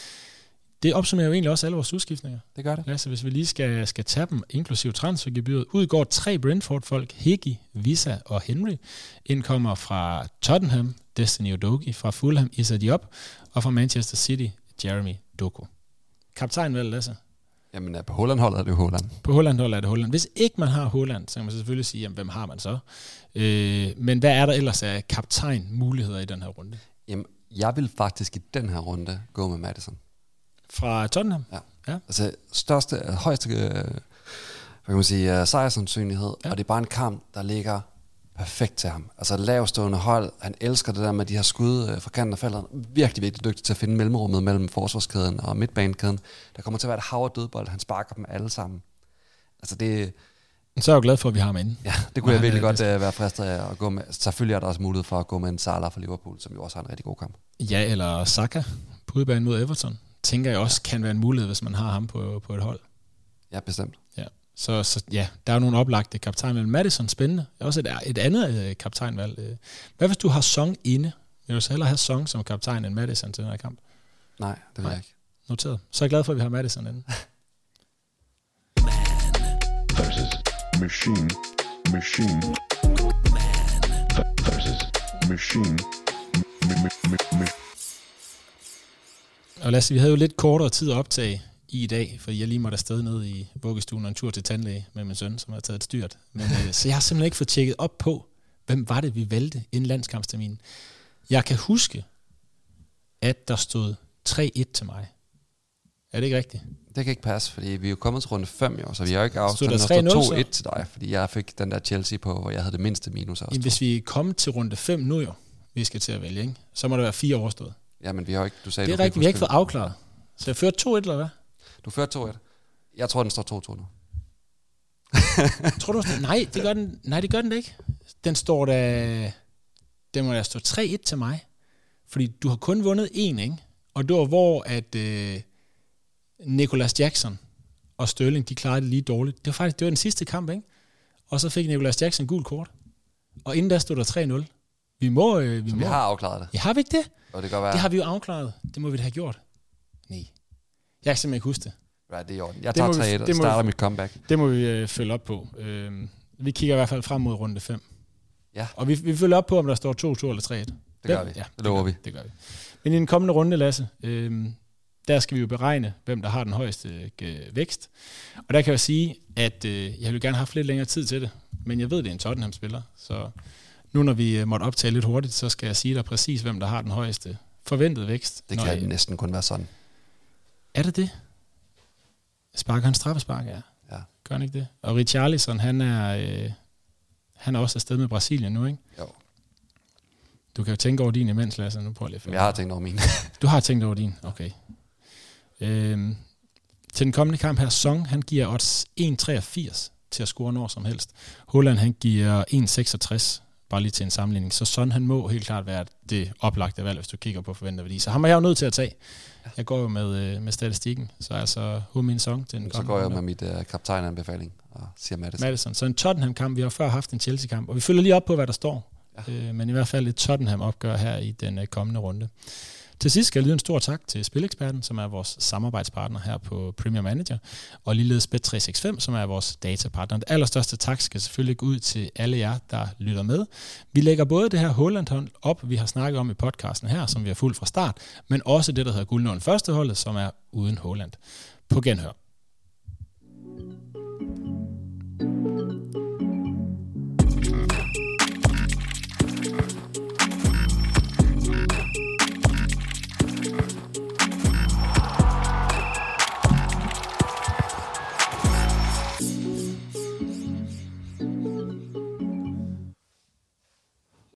Det opsummerer jo egentlig også alle vores udskiftninger. Det gør det. Lasse, hvis vi lige skal tage dem, inklusive transfergebyret, udgår 3 Brentford-folk, Higgy, Visa og Henry. Indkommer fra Tottenham, Destiny Udogie, fra Fulham, Issa Diop, og fra Manchester City, Jeremy Doku. Kaptajn vel, Lasse? Jamen, på Holland-holdet er det Holland. På Holland-holdet er det Holland. Hvis ikke man har Holland, så kan man selvfølgelig sige, jamen, hvem har man så? Men hvad er der ellers af kaptajn-muligheder i den her runde? Jamen, jeg vil faktisk i den her runde gå med Maddison. Fra Tottenham? Ja. Altså, højeste hvad kan man sige, sejrsandsynlighed, og det er bare en kamp, der ligger perfekt til ham. Altså lavstående hold, han elsker det der med de her skud fra kanten af feltet. Virkelig, virkelig dygtig til at finde mellemrummet mellem forsvarskæden og midtbanekæden. Der kommer til at være et hav af dødbold, han sparker dem alle sammen. Altså det... Så er jeg jo glad for, at vi har ham inde. Ja, det kunne jeg virkelig godt være fristet af at gå med. Selvfølgelig er der også mulighed for at gå med en Salah fra Liverpool, som jo også har en rigtig god kamp. Ja, eller Saka på udbanen mod Everton. Tænker jeg også kan være en mulighed, hvis man har ham på et hold. Ja, bestemt. Ja. Så ja, der er jo nogle oplagte kaptajnvalg. Madison, spændende. Også et andet kaptajnvalg. Hvad hvis du har Song inde? Vil du så hellere have Song som kaptajn end Madison til den her kamp? Nej, det vil jeg ikke. Noteret. Så er jeg glad for, at vi har Madison inde. Man versus machine. Machine. Man versus machine. Og Lasse, vi havde jo lidt kortere tid at optage i dag, for jeg lige måtte afsted ned i vuggestuen og en tur til tandlæge med min søn, som har taget et styrt. Men, så jeg har simpelthen ikke fået tjekket op på, hvem var det, vi valgte inden landskampsterminen. Jeg kan huske, at der stod 3-1 til mig. Er det ikke rigtigt? Det kan ikke passe, fordi vi er jo kommet til runde 5 jo, så vi har jo ikke afstået, der stod 2-1 til dig, fordi jeg fik den der Chelsea på, hvor jeg havde det mindste minus også. Hvis vi er kommet til runde 5 nu jo, vi skal til at vælge, ikke? Så må der være 4 overstået. Ja, men vi har ikke, du sagde... Det er rigtigt, vi har ikke fået afklaret. Så jeg førte 2-1, eller hvad? Du førte 2-1. Jeg tror, den står 2-2 nu. Tror du? Nej, det gør den. Nej, det gør den ikke. Den står da... Den må da stå 3-1 til mig. Fordi du har kun vundet 1, ikke? Og det var hvor, at Nicholas Jackson og Sterling, de klarede det lige dårligt. Det var den sidste kamp, ikke? Og så fik Nicholas Jackson gul kort. Og inden der stod der 3-0. Vi har afklaret det. Ja, har vi ikke det? Og det kan være... Det har vi jo afklaret. Det må vi da have gjort. Nej. Jeg kan simpelthen ikke huske det. Right, det er i orden. Jeg tager 3-1 og starter mit comeback. Det må vi følge op på. Vi kigger i hvert fald frem mod runde 5. Ja. Og vi følger op på, om der står 2-2 eller 3-1. Det Det gør vi. Ja, det lover vi. Det gør vi. Men i den kommende runde, Lasse, der skal vi jo beregne, hvem der har den højeste vækst. Og der kan jeg sige, at jeg ville gerne have haft lidt længere tid til det, men jeg ved, det er en Tottenham-spiller, så nu når vi måtte optage lidt hurtigt, så skal jeg sige dig præcis, hvem der har den højeste forventede vækst. Det kan næsten kun være sådan. Er det det? Sparker han straffespark, ja. Gør han ikke det? Og Richarlison, han er også afsted med Brasilien nu, ikke? Jo. Du kan jo tænke over din imens, Lasse. Nu prøver jeg lige. Jeg har tænkt over min. Du har tænkt over din? Okay. Til den kommende kamp her, Son, han giver odds 1,83 til at score når som helst. Haaland, han giver 1,66, bare lige til en sammenligning. Så Son, han må helt klart være det oplagte valg, hvis du kigger på forventet værdi. Så ham er jeg jo nødt til at tage. Jeg går jo med statistikken, så altså min Son til den kommende. Så går jeg med mit kaptajnanbefaling og siger Maddison. Så en Tottenham-kamp, vi har før haft en Chelsea-kamp, og vi følger lige op på, hvad der står. Ja. Men i hvert fald et Tottenham-opgør her i den kommende runde. Til sidst skal jeg lyde en stor tak til Spileksperten, som er vores samarbejdspartner her på Premier Manager, og ligeledes Bet365, som er vores datapartner. Den allerstørste tak skal selvfølgelig gå ud til alle jer, der lytter med. Vi lægger både det her Haaland-hold op, vi har snakket om i podcasten her, som vi har fulgt fra start, men også det, der hedder Guldnålen førsteholdet, som er uden Haaland. På genhør.